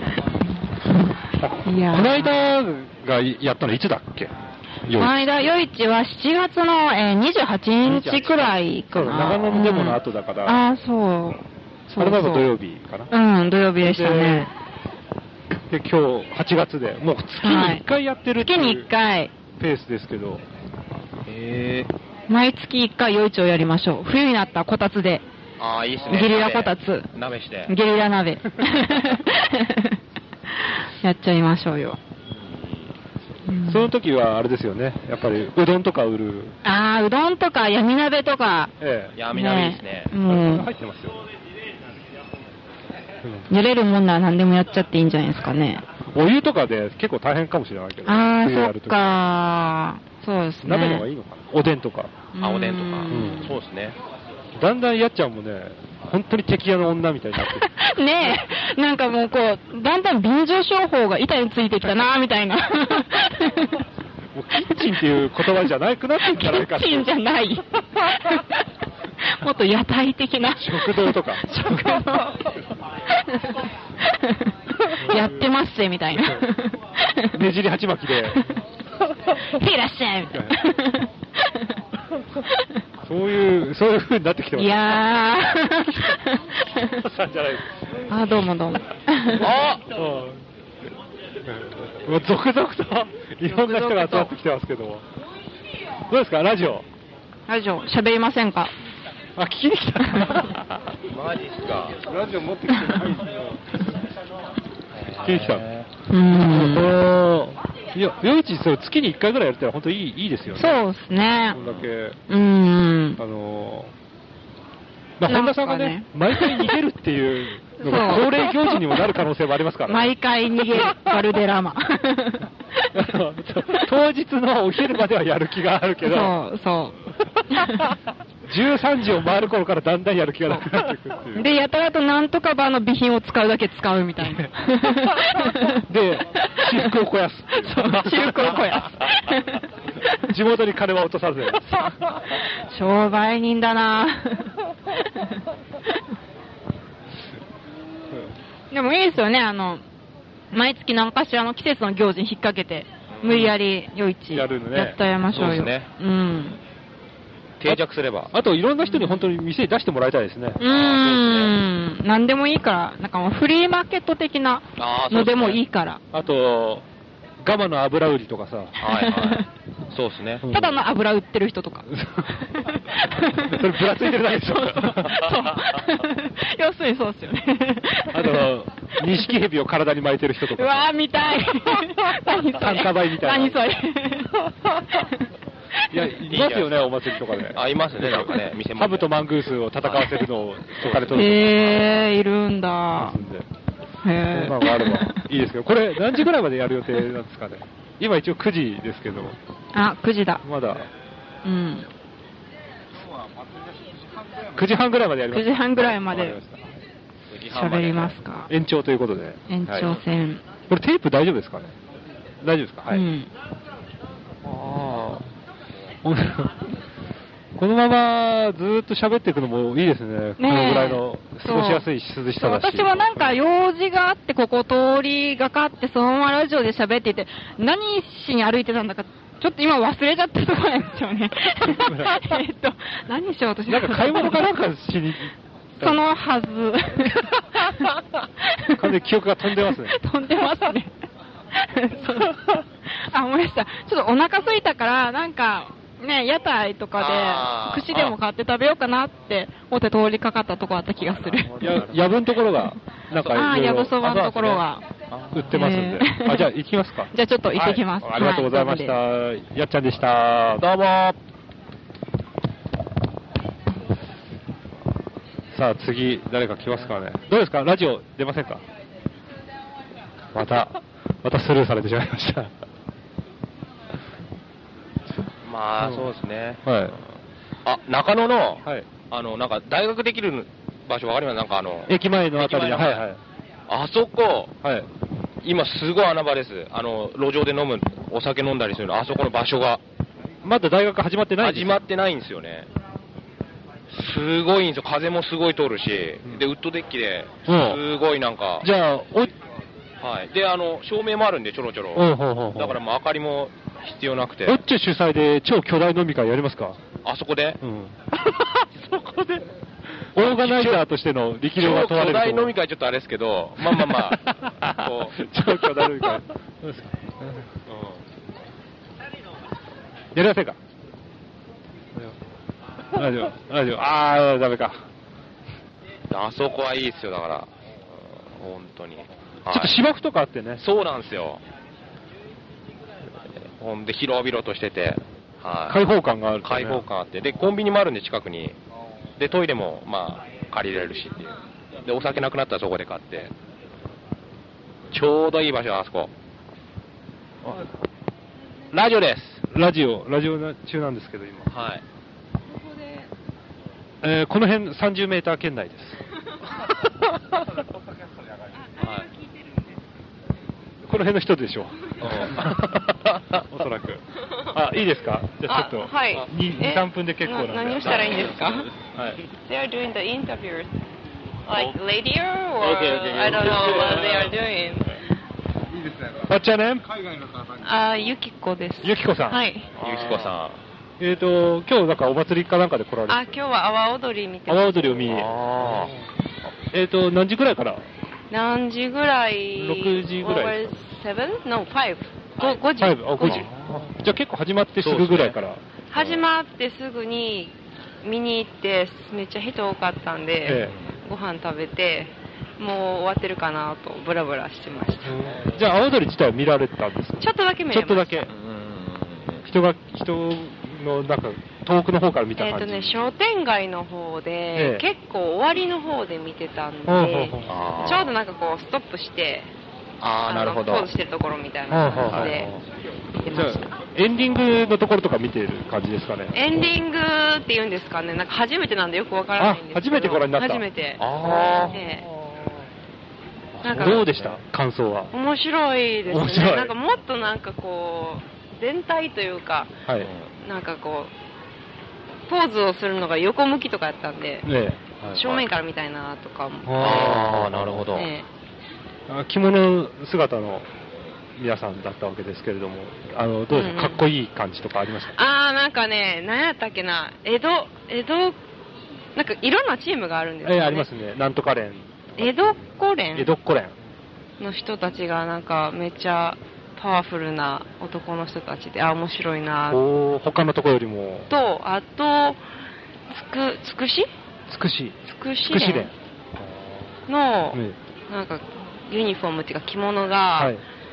この間がやったのいつだっけ？ この間、夜市はしちがつの、えー、にじゅうはちにちくらいかな。 長野デモの後だから。 ああ、そう。 あれは土曜日かな。うん、土曜日でしたね。 で、今日はちがつで、もう月にいっかいやってるっていう、 月にいっかいペースですけど。 へー。 毎月いっかい夜市をやりましょう。冬になったこたつで。 ああ、いいっすね。 ゲリラこたつ。 鍋して。 ゲリラ鍋。やっちゃいましょうよ。 その時はあれですよね、やっぱりうどんとか売る。 ああ、うどんとか闇鍋とか。 ええ、闇鍋ですね。 うん。 入ってますよ。 やれるもんなら何でもやっちゃっていいんじゃないですかね。 お湯とかで結構大変かもしれないけど。 ああ、そっか。そうですね。 鍋の方がいいのかな。おでんとか。 あ、おでんとか。うん、そうですね。 だんだんやっちゃんもね、本当に敵屋の女みたいになってる。ねえ、なんかもうこう、だんだん便乗商法が板についてきたなみたいな。もうキッチンっていう言葉じゃなくなってんじゃないかって。 キッチンじゃない。もっと屋台的な。 食堂とか。 食堂。やってますぜみたいな。 ねじり鉢巻きで。 へいらっしゃいみたいな。 そういう、そういう風になってきてます。 いやー。さんじゃないです。 あ、どうもどうも。 あもう続々といろんな人が集まってきてますけども。どうですか、ラジオ。 ラジオ、喋りませんか？ あ、聞きに来た。マジっすか。 ラジオ持ってきてないですよ。聞きに来た。 うん。 いや、夜市、それ月にいっかいぐらいやったら本当いい、いいですよね。 そうですね。 こんだけ。 うん。 あのー、まあ、本田さんがね、ね毎回逃げるっていうのが恒例行事にもなる可能性もありますからね。 毎回逃げる、バルデラマ。 当日のお昼まではやる気があるけど、 そう、そう。 じゅうさんじを回る頃からだんだんやる気がなくなっていくっていう。 で、やたらとなんとかバーの備品を使うだけ使うみたいな。 で、私服を肥やす。 そう、私服を肥やす。地元に金は落とさず。 商売人だなでもいいですよね、あの、毎月何かしらの季節の行事に引っ掛けて、無理やり夜市やってやりましょうよ。 そうですね。 うん。 定着すれば。 あといろんな人に本当に店に出してもらいたいですね。 うーん。何でもいいから、なんかもうフリーマーケット的なのでもいいから。 あと、ガマの油売りとかさ。 はいはい。そうですね。 ただの油売ってる人とか。 それぶらついてるだけでしょ。そう。 要するにそうですよね。 あと、錦蛇を体に巻いてる人とか。 うわー、見たい。何それ。 酸化梅みたいな。 何それ。 いや、いますよね、お祭りとかで。 あ、いますね、なんかね、店も。 ハブとマングースを戦わせるのをお金取る。 へー、いるんだ。 へー。そんなのがあればいいですけど、これ何時ぐらいまでやる予定なんですかね。今一応くじですけど。 あ、くじだ。 まだ。 うん。 くじはんぐらいまでやります。 くじはんぐらいまで喋りますか。 延長ということで。 延長戦。はい、 これテープ大丈夫ですかね。大丈夫ですか。はい。うん、ああ。このままずーっと喋っていくのもいいですね。このぐらいの過ごしやすい涼しさだし。 私はなんか用事があってここ通りがかってそのままラジオで喋っていて何しに歩いてたんだかちょっと今忘れちゃったところなんですよね。えっと何しようとしてたの？なんか買い物かなんかしに。 そのはず。 完全に記憶が飛んでますね。 飛んでますね。あ、思い出した。ちょっとお腹空いたからなんか。ね、屋台とかで串でも買って食べようかなって思って通りかかったとこあった気がする。 や、やぶんところが、なんかああ、やぶそばのところが。 売ってますんで。あ、じゃあ行きますか。 じゃあちょっと行ってきます。 ありがとうございました。やっちゃんでした。どうも。さあ次、誰か来ますかね。どうですか？ラジオ出ませんか？また、またスルーされてしまいました。 まあ、そうですね。 はい。 あ、中野の、はい、あの、なんか、大学できる場所わかります？なんかあの、 駅前のあたりに、はいはい。 あそこ、はい。今すごい穴場です。あの、路上で飲む、お酒飲んだりするの、あそこの場所が。 まだ大学始まってないんですか？始まってないんですよね。すごいんですよ。風もすごい通るし、うん、で、ウッドデッキで、すごいなんか。 じゃあ、お、 はい。で、あの、照明もあるんで、ちょろちょろ。だからもう明かりも、必要なくて。 オッチェ主催で超巨大飲み会やりますか？ あそこで？ うん。そこでオーガナイザーとしての力量が問われると。 超巨大飲み会ちょっとあれですけど、まあまあまあ、こう超巨大飲み会。そうですか。うん。やりませんか？ラジオ、ラジオ、あー、ダメか。 あそこはいいっすよ、だから。本当に。ちょっと芝生とかあってね。 そうなんですよ。ほんで広々としてて、 はい、開放感がある、ね、 開放感あって、でコンビニもあるんで近くに、でトイレもまあ借りれるしっていう、でお酒なくなったらそこで買って、ちょうどいい場所あそこ。ラジオです。 ラジオラジオ中なんですけど今。 はい。 えー、この辺さんじゅうメーター圏内です。この辺の人でしょう。おそらく。あ、いいですか？じゃあちょっと、はい、に、さんぷんで結構なんで。 何をしたらいいんですか？はい。They are doing the interviews. Like radio or okay, okay, I don't know what they are doing. いいですね。What's your name? あ、ゆきこです。 ゆきこさん。 はい。 ゆきこさん。えっと、今日なんかお祭りかなんかで来られる？ あ、今日は阿波踊り見てます。 阿波踊りを見に。あえっと、何時ぐらいから？ 何時ぐらい？ ろくじぐらい。 セブン No, ファイブ。ごじ。 あ、ごじ。じゃあ結構始まってすぐぐらいから。 始まってすぐに見に行って、めっちゃ人多かったんで、ええ、ご飯食べて、もう終わってるかなと、ブラブラしてました。 じゃあ、阿波踊り自体は見られたんですか？ ちょっとだけ見れました。 ちょっとだけ。人が、人の、なんか、遠くの方から見た感じ。 えっとね、商店街の方で、ええ、結構終わりの方で見てたんで、ほうほうほう、ちょうどなんかこう、ストップして、 ああ、なるほど。 ポーズしてるところみたいな感じで見てました。 エンディングのところとか見てる感じですかね？ エンディングって言うんですかね。なんか初めてなんでよくわからないんですけど。 あ、初めてご覧になった？ 初めて。 ああ。ええ、なんかどうでした？感想は。 面白いですね。面白い。なんかもっとなんかこう、全体というか、はい、なんかこう、ポーズをするのが横向きとかやったんで、ね、はい、正面から見たいなとかも。 ああ、なるほど。ね、 着物姿の皆さんだったわけですけれども、あのどうですか、うんうん、かっこいい感じとかありましたか？ ああ、なんかね、何やったっけな、江戸、江戸、なんかいろんなチームがあるんですよね。 えー、ありますね。なんとか連。 江戸っ子連江戸っ子連の人たちがなんかめっちゃパワフルな男の人たちで、あ、面白いな。 お、他のところよりも。 と、あと、つく、つくしつくし。 つくし連の、うん、なんか、ユニフォームっていうか着物が、はい、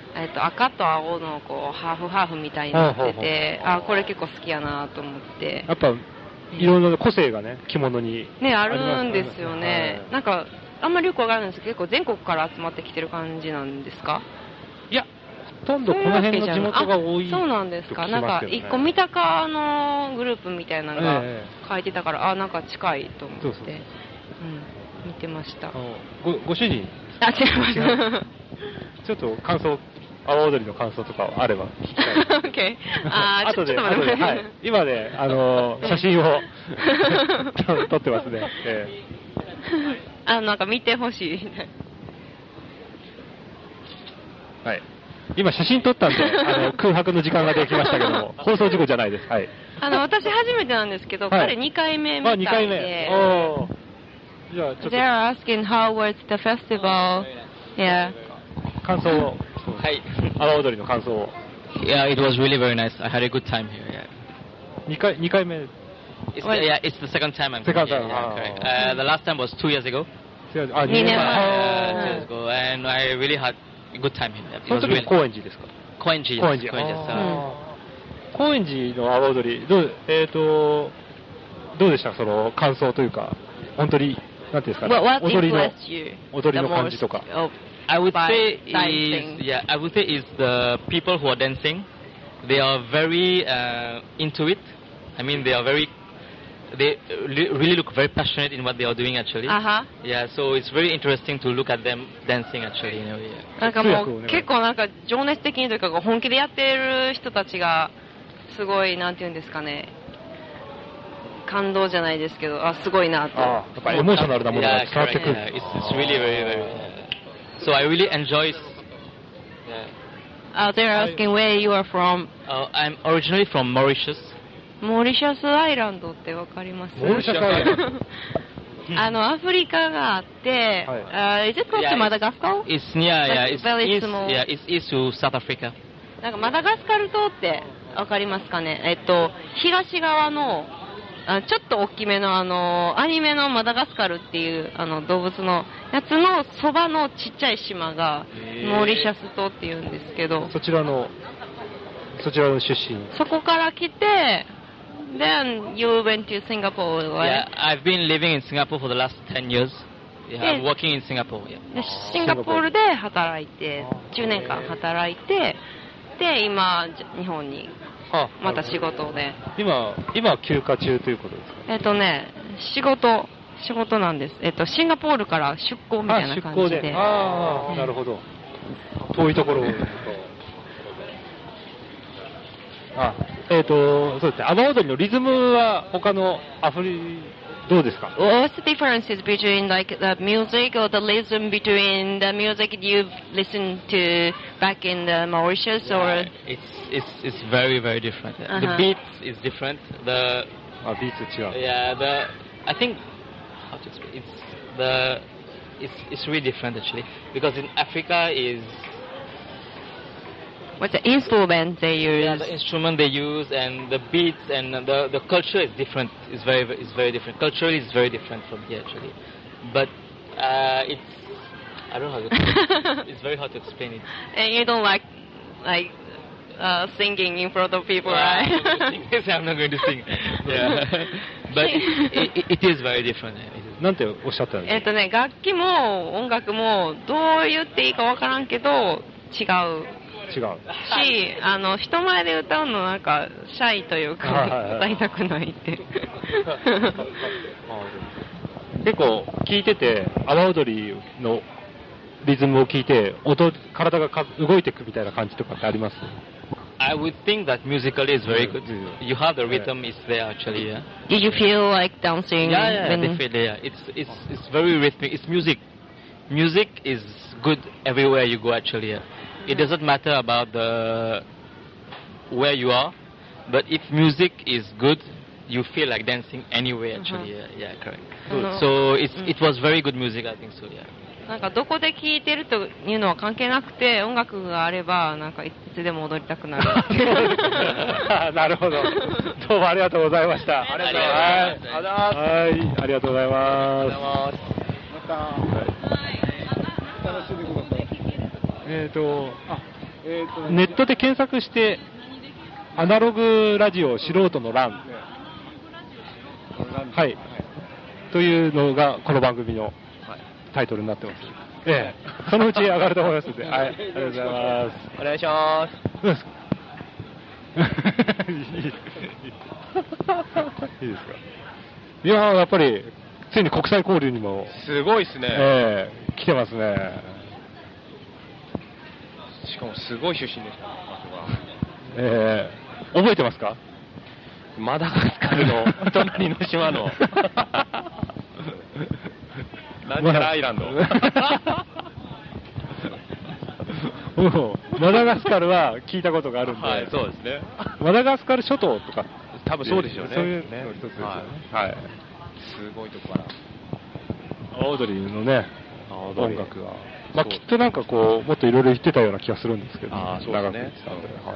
えっと、赤と青のこうハーフハーフみたいになってて、あ、これ結構好きやなと思って。 やっぱ、いろんな個性がね、着物に。 ね、あるんですよね。なんか、あんまりよくわからないんですけど、結構全国から集まってきてる感じなんですか？ いや、ほとんどこの辺の地元が多い。 そうなんですか。なんか、一個三鷹のグループみたいなのが書いてたから、あ、なんか近いと思って。そうそう。うん、見てました。 ご、ご主人？ あ、違います。 ちょっと感想、阿波踊りの感想とかあれば聞きたい。 OK。あー、 後で、 ちょっと待って。 はい。今ね、あの、写真を撮ってますね。えー、あ、なんか見てほしい。 はい。今写真撮ったんで、あの、空白の時間ができましたけども、放送事故じゃないです。はい。 あの、私初めてなんですけど、はい、彼にかいめみたいで。あ、にかいめ。おー。じゃあ、ちょっと。They are asking how was the festival? Yeah. 感想を。はい。阿波踊りの感想を。 Yeah, it was really very nice. I had a good time here. Yeah. にかい、にかいめ。 It's the, yeah, it's the second time I'm second here. Second time. Yeah, correct. Uh, the last time was two years ago. あ、にねんまえ。 Uh, two years ago, and I really had a good time here. It その時は高円寺ですか？ 高円寺。 高円寺。高円寺。高円寺の阿波踊り、どう、えっと、どうでしたその感想というか、本当に、なんていうんですかね。踊りの、踊りの感じとか。 I would say is yeah, I would say is the people who are dancing. They are very uh, into it. I mean, they are very. They really look very passionate in what they are doing actually. Uh-huh. Yeah, so it's very interesting to look at them dancing actually. You know, yeah. なんかもう結構なんか情熱的にというか本気でやっている人たちがすごいなんていうんですかね。感動じゃないですけど、あ、すごいなと。 あ、やっぱりエモーショナルなものが伝わってくる。 Yeah, it's, it's really very very. So I really enjoy. Yeah. Uh, they're asking where you are from. Uh, I'm originally from Mauritius. モーリシャスアイランドってわかります？ モーリシャスアイランド。 あのアフリカがあって、はい、uh, is it close to Madagascar? It's near, yeah, it's east, yeah, it's east to South Africa. なんかマダガスカル島ってわかりますかね？えっと東側のあちょっと大きめのあのアニメのマダガスカルっていうあの動物のやつのそばのちっちゃい島がモーリシャス島っていうんですけど、 そちらのそちらの出身。 そこから来て。Then you went to Singapore, right? Yeah, I've been living in Singapore for the last ten years. Yeah, I'm working in Singapore. Yeah. でシンガポールで働いて、じゅうねんかん働いて、で今日本にまた仕事で。 今今休暇中ということですか？ えっとね、仕事仕事なんです。えっとシンガポールから出向みたいな感じで。 ああ、なるほど。遠いところ。あ、えっ、ー、と、そうですね。阿波踊りのリズムは他のアフリどうですか？ What's the differences between like the music or the rhythm between the music you've listened to back in the Mauritius or? Yeah, it's it's it's very very different. Uh-huh. The beats is different. The ah, beats is different. Yeah, the I think how to explain it's the it's it's really different actually because in Africa is. What's the instrument they use? Yeah, the instrument they use and the beats and the the culture is different. It's very it's very different. Culturally, it's very different from here actually. But uh, it's I don't know how to explain it. It's very hard to explain it. And you don't like like uh, singing in front of people, right? I'm not going to sing. Yeah, but it, it, it is very different. なんておっしゃったんですか？ えっとね、楽器も音楽もどう言っていいかわからんけど違う。 違うし、あの人前で歌うのなんかシャイというか歌いたくないって結構聞いてて阿波踊りのリズムを聞いて音体がか動いていくみたいな感じとかってあります？ I would think that musically is very good. You have the rhythm is there actually. Yeah. Did you feel like dancing? Yeah, yeah, when... definitely. Yeah. It's it's it's very rhythmic. It's music. Music is good everywhere you go actually. Yeah. It doesn't matter about the where you are, but if music is good, you feel like dancing anywhere. Actually, uh-huh. yeah, yeah, correct. Uh-huh. So it's it was very good music, I think so. Yeah. なんかどこで聴いてるというのは関係なくて、音楽があればなんかいつでも踊りたくなる。 なるほど。どうもありがとうございました。 ありがとうございます。 はい、ありがとうございます。また。楽しんでください。えっと、あ、 えーと、ネットで検索して、アナログラジオ素人の欄。はい。というのが、この番組のタイトルになってます。ええ。そのうち上がると思いますので。はい。ありがとうございます。 お願いします。 どうですかいいですか。いやー、やっぱり、ついに国際交流にも。 すごいですね。 ええー、来てますね。 しかもすごい出身でした、場所が。 ええー、覚えてますか？ マダガスカルの隣の島の。なんちゃらアイランド。 マダガスカルは聞いたことがあるんで、 はい、そうですね。 マダガスカル諸島とか、 多分そうでしょうね。 そういうの一つですよね。はい。はい、 すごいとこから。 オードリーのね、音楽は。まあきっとなんかこう、もっといろいろ言ってたような気がするんですけど、 あそうですね、 長く言ってたんで、はい、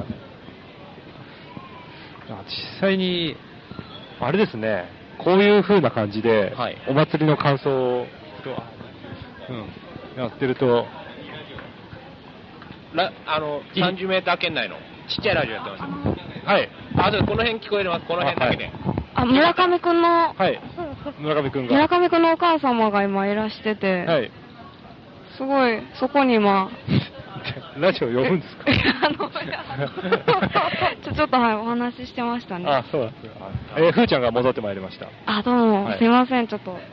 実際に、あれですね、こういう風な感じで、はい、お祭りの感想を、うん、やってると、 ラあのさんじゅうメーター圏内のちっちゃいラジオやってます。 はい。 あ、そうこの辺聞こえます。この辺だけで。 あ、村上くんの、 はい。村上くんが。 村上くんのお母様が今いらしてて、 はい。 すごい、そこに今、 ラジオ呼ぶんですかあの、ちょ、ちょっとはい、お話ししてましたね。 あ、そうなんですよ。えー、ふーちゃんが戻ってまいりました。 あ、どうも、はい、すいません、ちょっと。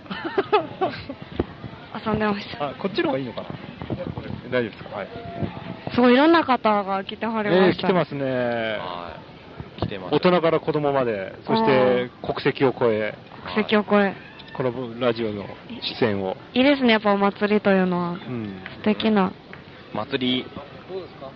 遊んでました。 あ、こっちの方がいいのかな大丈夫ですか？はい。 すごいいろんな方が来てはりました。 えー、来てますね。 はい。来てます。 大人から子供まで、そして国籍を越え。 国籍を越え。 このラジオの出演を。 いいですね、やっぱお祭りというのは。うん。素敵な。 祭り。 どうですか？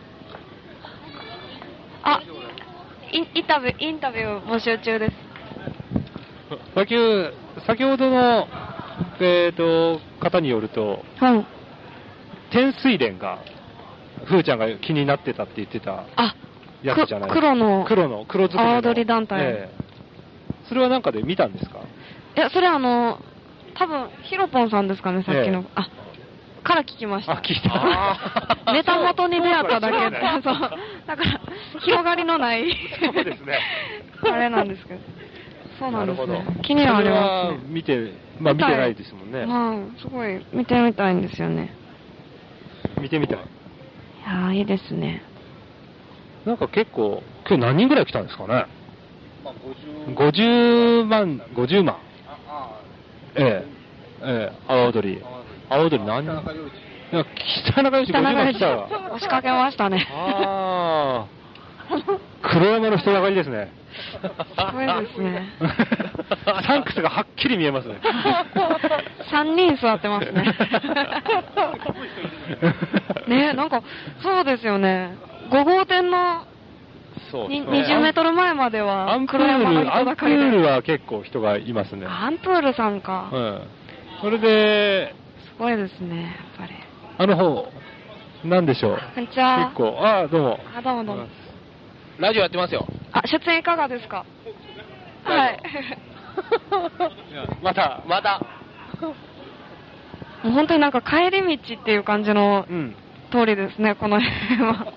あ、インタビュー、インタビュー募集中です。 先先ほどの、えっと、方によると、 はい。 天水蓮が、ふーちゃんが気になってたって言ってたやつじゃないですか。 黒の、 黒の、黒作りの。 青踊り団体、えー。それはなんかで見たんですか？ いや、それあの、多分ヒロポンさんですかね、さっきの。えー、あ、から聞きました。 あ、聞いた。 ネタ元に出会っただけって、そう。だから、広がりのない。 そうですね。 あれなんですけど。そうなんですね。気になりますね。 見て、まあ見てないですもんね。 はい、すごい見てみたいんですよね。 見てみたい。いやー、いいですね。 なんか結構、今日何人ぐらい来たんですかね。ごじゅうまん、ごじゅうまん。ええ、ええ、青踊り。青踊り何人？北中良しごじゅうまん来たわ。 押しかけましたね。 ああ。黒山の人だかりですね。 すごいですね。 サンクスがはっきり見えますね。 さんにん座ってますね。ね、なんか、そうですよね。ご号店のそうですね、にじゅうメートル前まではアンプール、アンプールは結構人がいますね。 アンプールさんか。 うん。それで、 すごいですね、やっぱり。 あの方、なんでしょう。 こんにちは。 結構、ああ、どうも。 あ、どうもどうも。 ラジオやってますよ。 あ、出演いかがですか？はい。 また、 また。 もう本当になんか帰り道っていう感じの通りですね、うん、この辺は。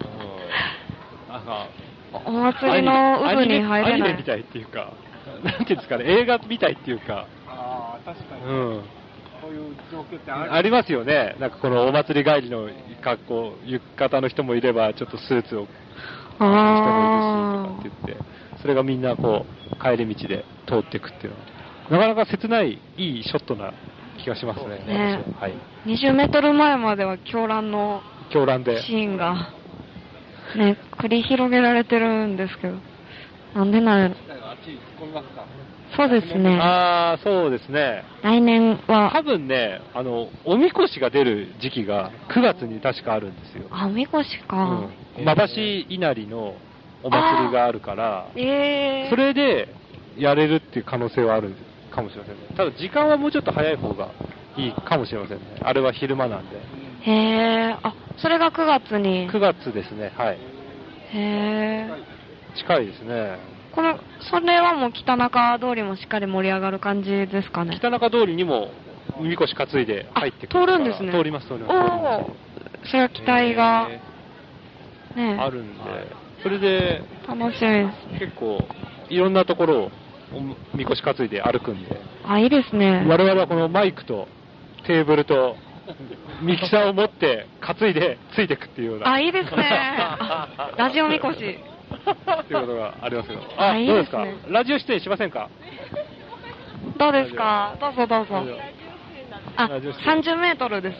お祭りの渦に入れない。 アニメみたいっていうか、なんていうんですかね、映画みたいっていうか。 ああ、確かに。 うん。 そういう状況ってあるありますよね。なんかこのお祭り帰りの格好、浴衣の人もいれば、ちょっとスーツを。人もいるしとかって言って、それがみんなこう帰り道で通っていくっていうのは、なかなか切ないいいショットな気がしますね。 ね、 はい。 にじゅうメートル前までは狂乱の狂乱でシーンがね繰り広げられてるんですけど、なんでなんやろ。そうですね。 ああ、そうですね。 来年は多分ね、あのおみこしが出る時期がくがつに確かあるんですよ。 あ、おみこしか。うんまばし稲荷のお祭りがあるから、 えー、 それでやれるっていう可能性はあるかもしれませんね。ただ時間はもうちょっと早い方がいいかもしれませんね。あれは昼間なんで。 へー、あ、それがくがつに。 くがつですね、はい。 へー。近いですね。 これ、それはもう北中通りもしっかり盛り上がる感じですかね。 北中通りにもみこし担いで入ってくる。 通るんですね。 通ります、通ります。 おー、それは期待が。 あるんで、それで、 楽しみです。 結構、いろんなところをみこし担いで歩くんで。 あ、いいですね。 我々はこのマイクとテーブルとミキサーを持って担いでついていくっていうような。 あ、いいですね。ラジオみこし。 っていうことがありますけど。あ、どうですか？ラジオ出演しませんか？ どうですか？どうぞどうぞ。あ、さんじゅうメートルです。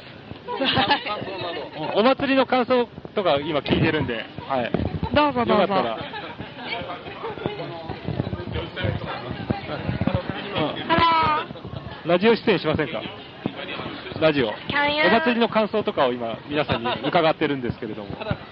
お祭りの感想とか今聞いてるんで、はい。 どうぞどうぞ。よかったら。 ラジオ出演しませんか？ラジオ。お祭りの感想とかを今皆さんに伺ってるんですけれども。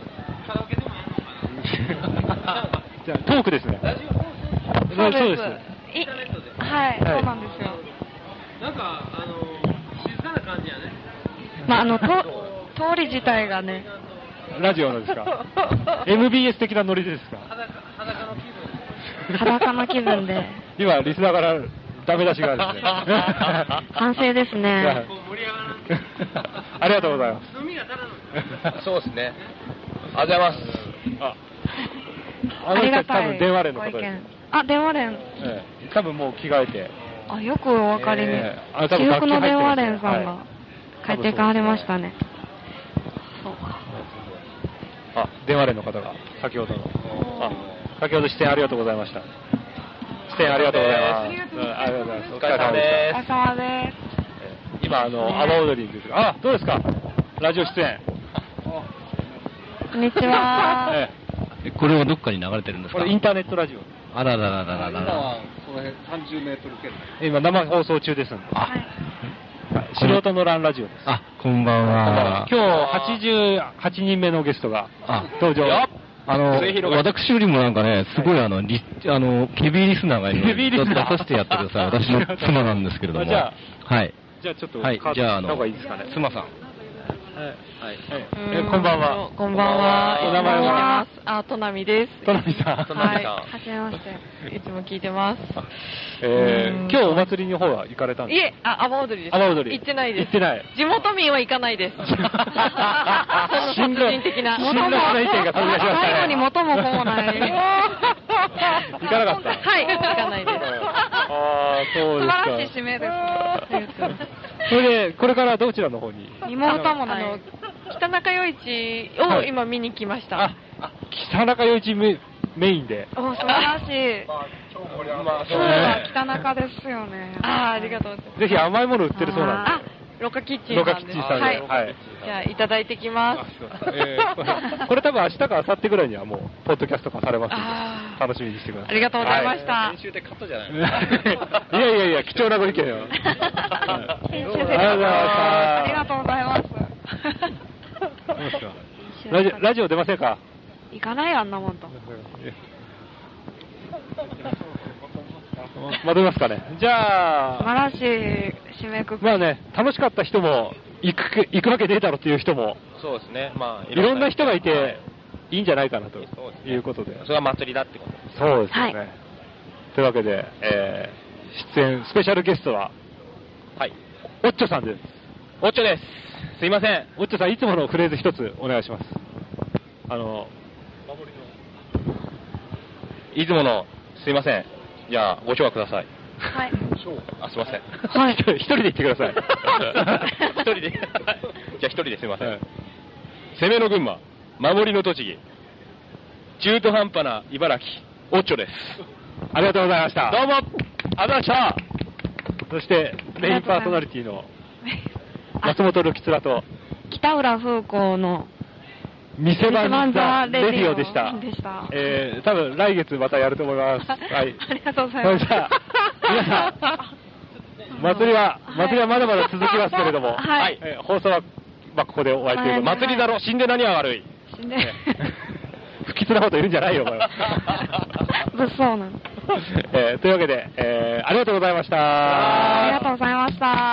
じゃあトークですね。 そうです。そうです。はい、そうなんですよ。 なんかあの静かな感じやね。 まああのと通り自体がね。 ラジオのですか？エムビーエス 的なノリですか？ 裸の気分。裸の気分で。 今リスナーからダメ出しがあるんで。 反省ですね。 ありがとうございます。 そうですね。ありがとうございます。 あ、あの人は多分電話連の方です。 あ、電話連。 ええ、多分もう着替えて。 あ、よくお分かりに。私服の電話連さんが帰ってかわれましたね。そうか。 あ、電話連の方が先ほどの。あ、先ほど出演ありがとうございました。出演ありがとうございます。ありがとうございます。お疲れ様です。 お疲れ様です。 今、あの、阿波踊りですが、あ、どうですか？ラジオ出演。 こんにちは。 え、これはどっかに流れてるんですか？ これインターネットラジオ。 あらららららら。 今はこの辺さんじゅうメートル圏内。 今生放送中ですんで。 あ、 素人のランラジオです。 あ、こんばんは。 今日はちじゅうはちにんめのゲストが登場。 あの、私よりもなんかね、すごいあの、リあの、ケビーリスナーがいるので、出させてやってください。私の妻なんですけれども。 じゃあ、 はい。 じゃあちょっと、 はい、じゃああの、 方がいいですかね。 妻さん。 はい。え、こんばんは。 こんばんは。 お名前は？ あ、となみです。 となみさん。 はい。はじめまして。いつも聞いてます。 えー、今日お祭りの方は行かれたんですか？ いえ、あ、阿波踊りです。 阿波踊り。 行ってないです。 行ってない。 地元民は行かないです。その殺人的な。 元も、な意見が飛び出しましたね。 最後に元も子もない。 行かなかった。 はい、行かないです。 ああ、そうですか。 素晴らしい締めです。 それで、これからどちらの方に？ 妹もない。北中余市を今見に来ました。 あ、北中余市メインで。 お、素晴らしい。そうは北中ですよね。ああ、ありがとうございます。 ぜひ甘いもの売ってるそうなんで。 あ、ロカキッチンロカキッチンさんで。 はい。じゃあ、いただいてきます。 これ多分明日か明後日ぐらいにはもう、ポッドキャスト化されますので、楽しみにしてください。 ありがとうございました。 練習でカットじゃないいやいやいや、貴重なご意見よ。 編集でありがとうございます。 どうですか？ラジオ、ラジオ出ませんか？ 行かないよ、あんなもんと。 まとめますかね。じゃあ、 素晴らしい締めくくり。 まあね、楽しかった人も、行く、行くわけねえだろっていう人も、 そうですね。まあ、 いろんな人がいて、いいんじゃないかなということで。 それは祭りだってことです。 そうですよね。というわけで、えー、出演、スペシャルゲストは、 はい。 オッチョさんです。 オッチョです。すいません。 オッチョさん、いつものフレーズ一つお願いします。あの、 いつもの、すいません。じゃあ、ご唱和ください。 はい。 あ、すいません。 はい。 一人で言ってください。 一人で。じゃあ一人ですいません。はい、攻めの群馬、守りの栃木、中途半端な茨城、オッチョです。 ありがとうございました。 どうもありがとうございました。 そして、メインパーソナリティの松本るきつらと北浦風子の店番ザレディオでした。 でした。 えー、多分来月またやると思います。はい。 ありがとうございます。 じゃあ、皆さん、祭りは、祭りはまだまだ続きますけれども、 はい。 えー、放送は、まあ、ここで終わりということで、 祭りだろ、死んで何が悪い。 死んで。 不吉なこと言うんじゃないよ、お前。 物騒なの。 えー、というわけで、えー、ありがとうございました。 ありがとうございました。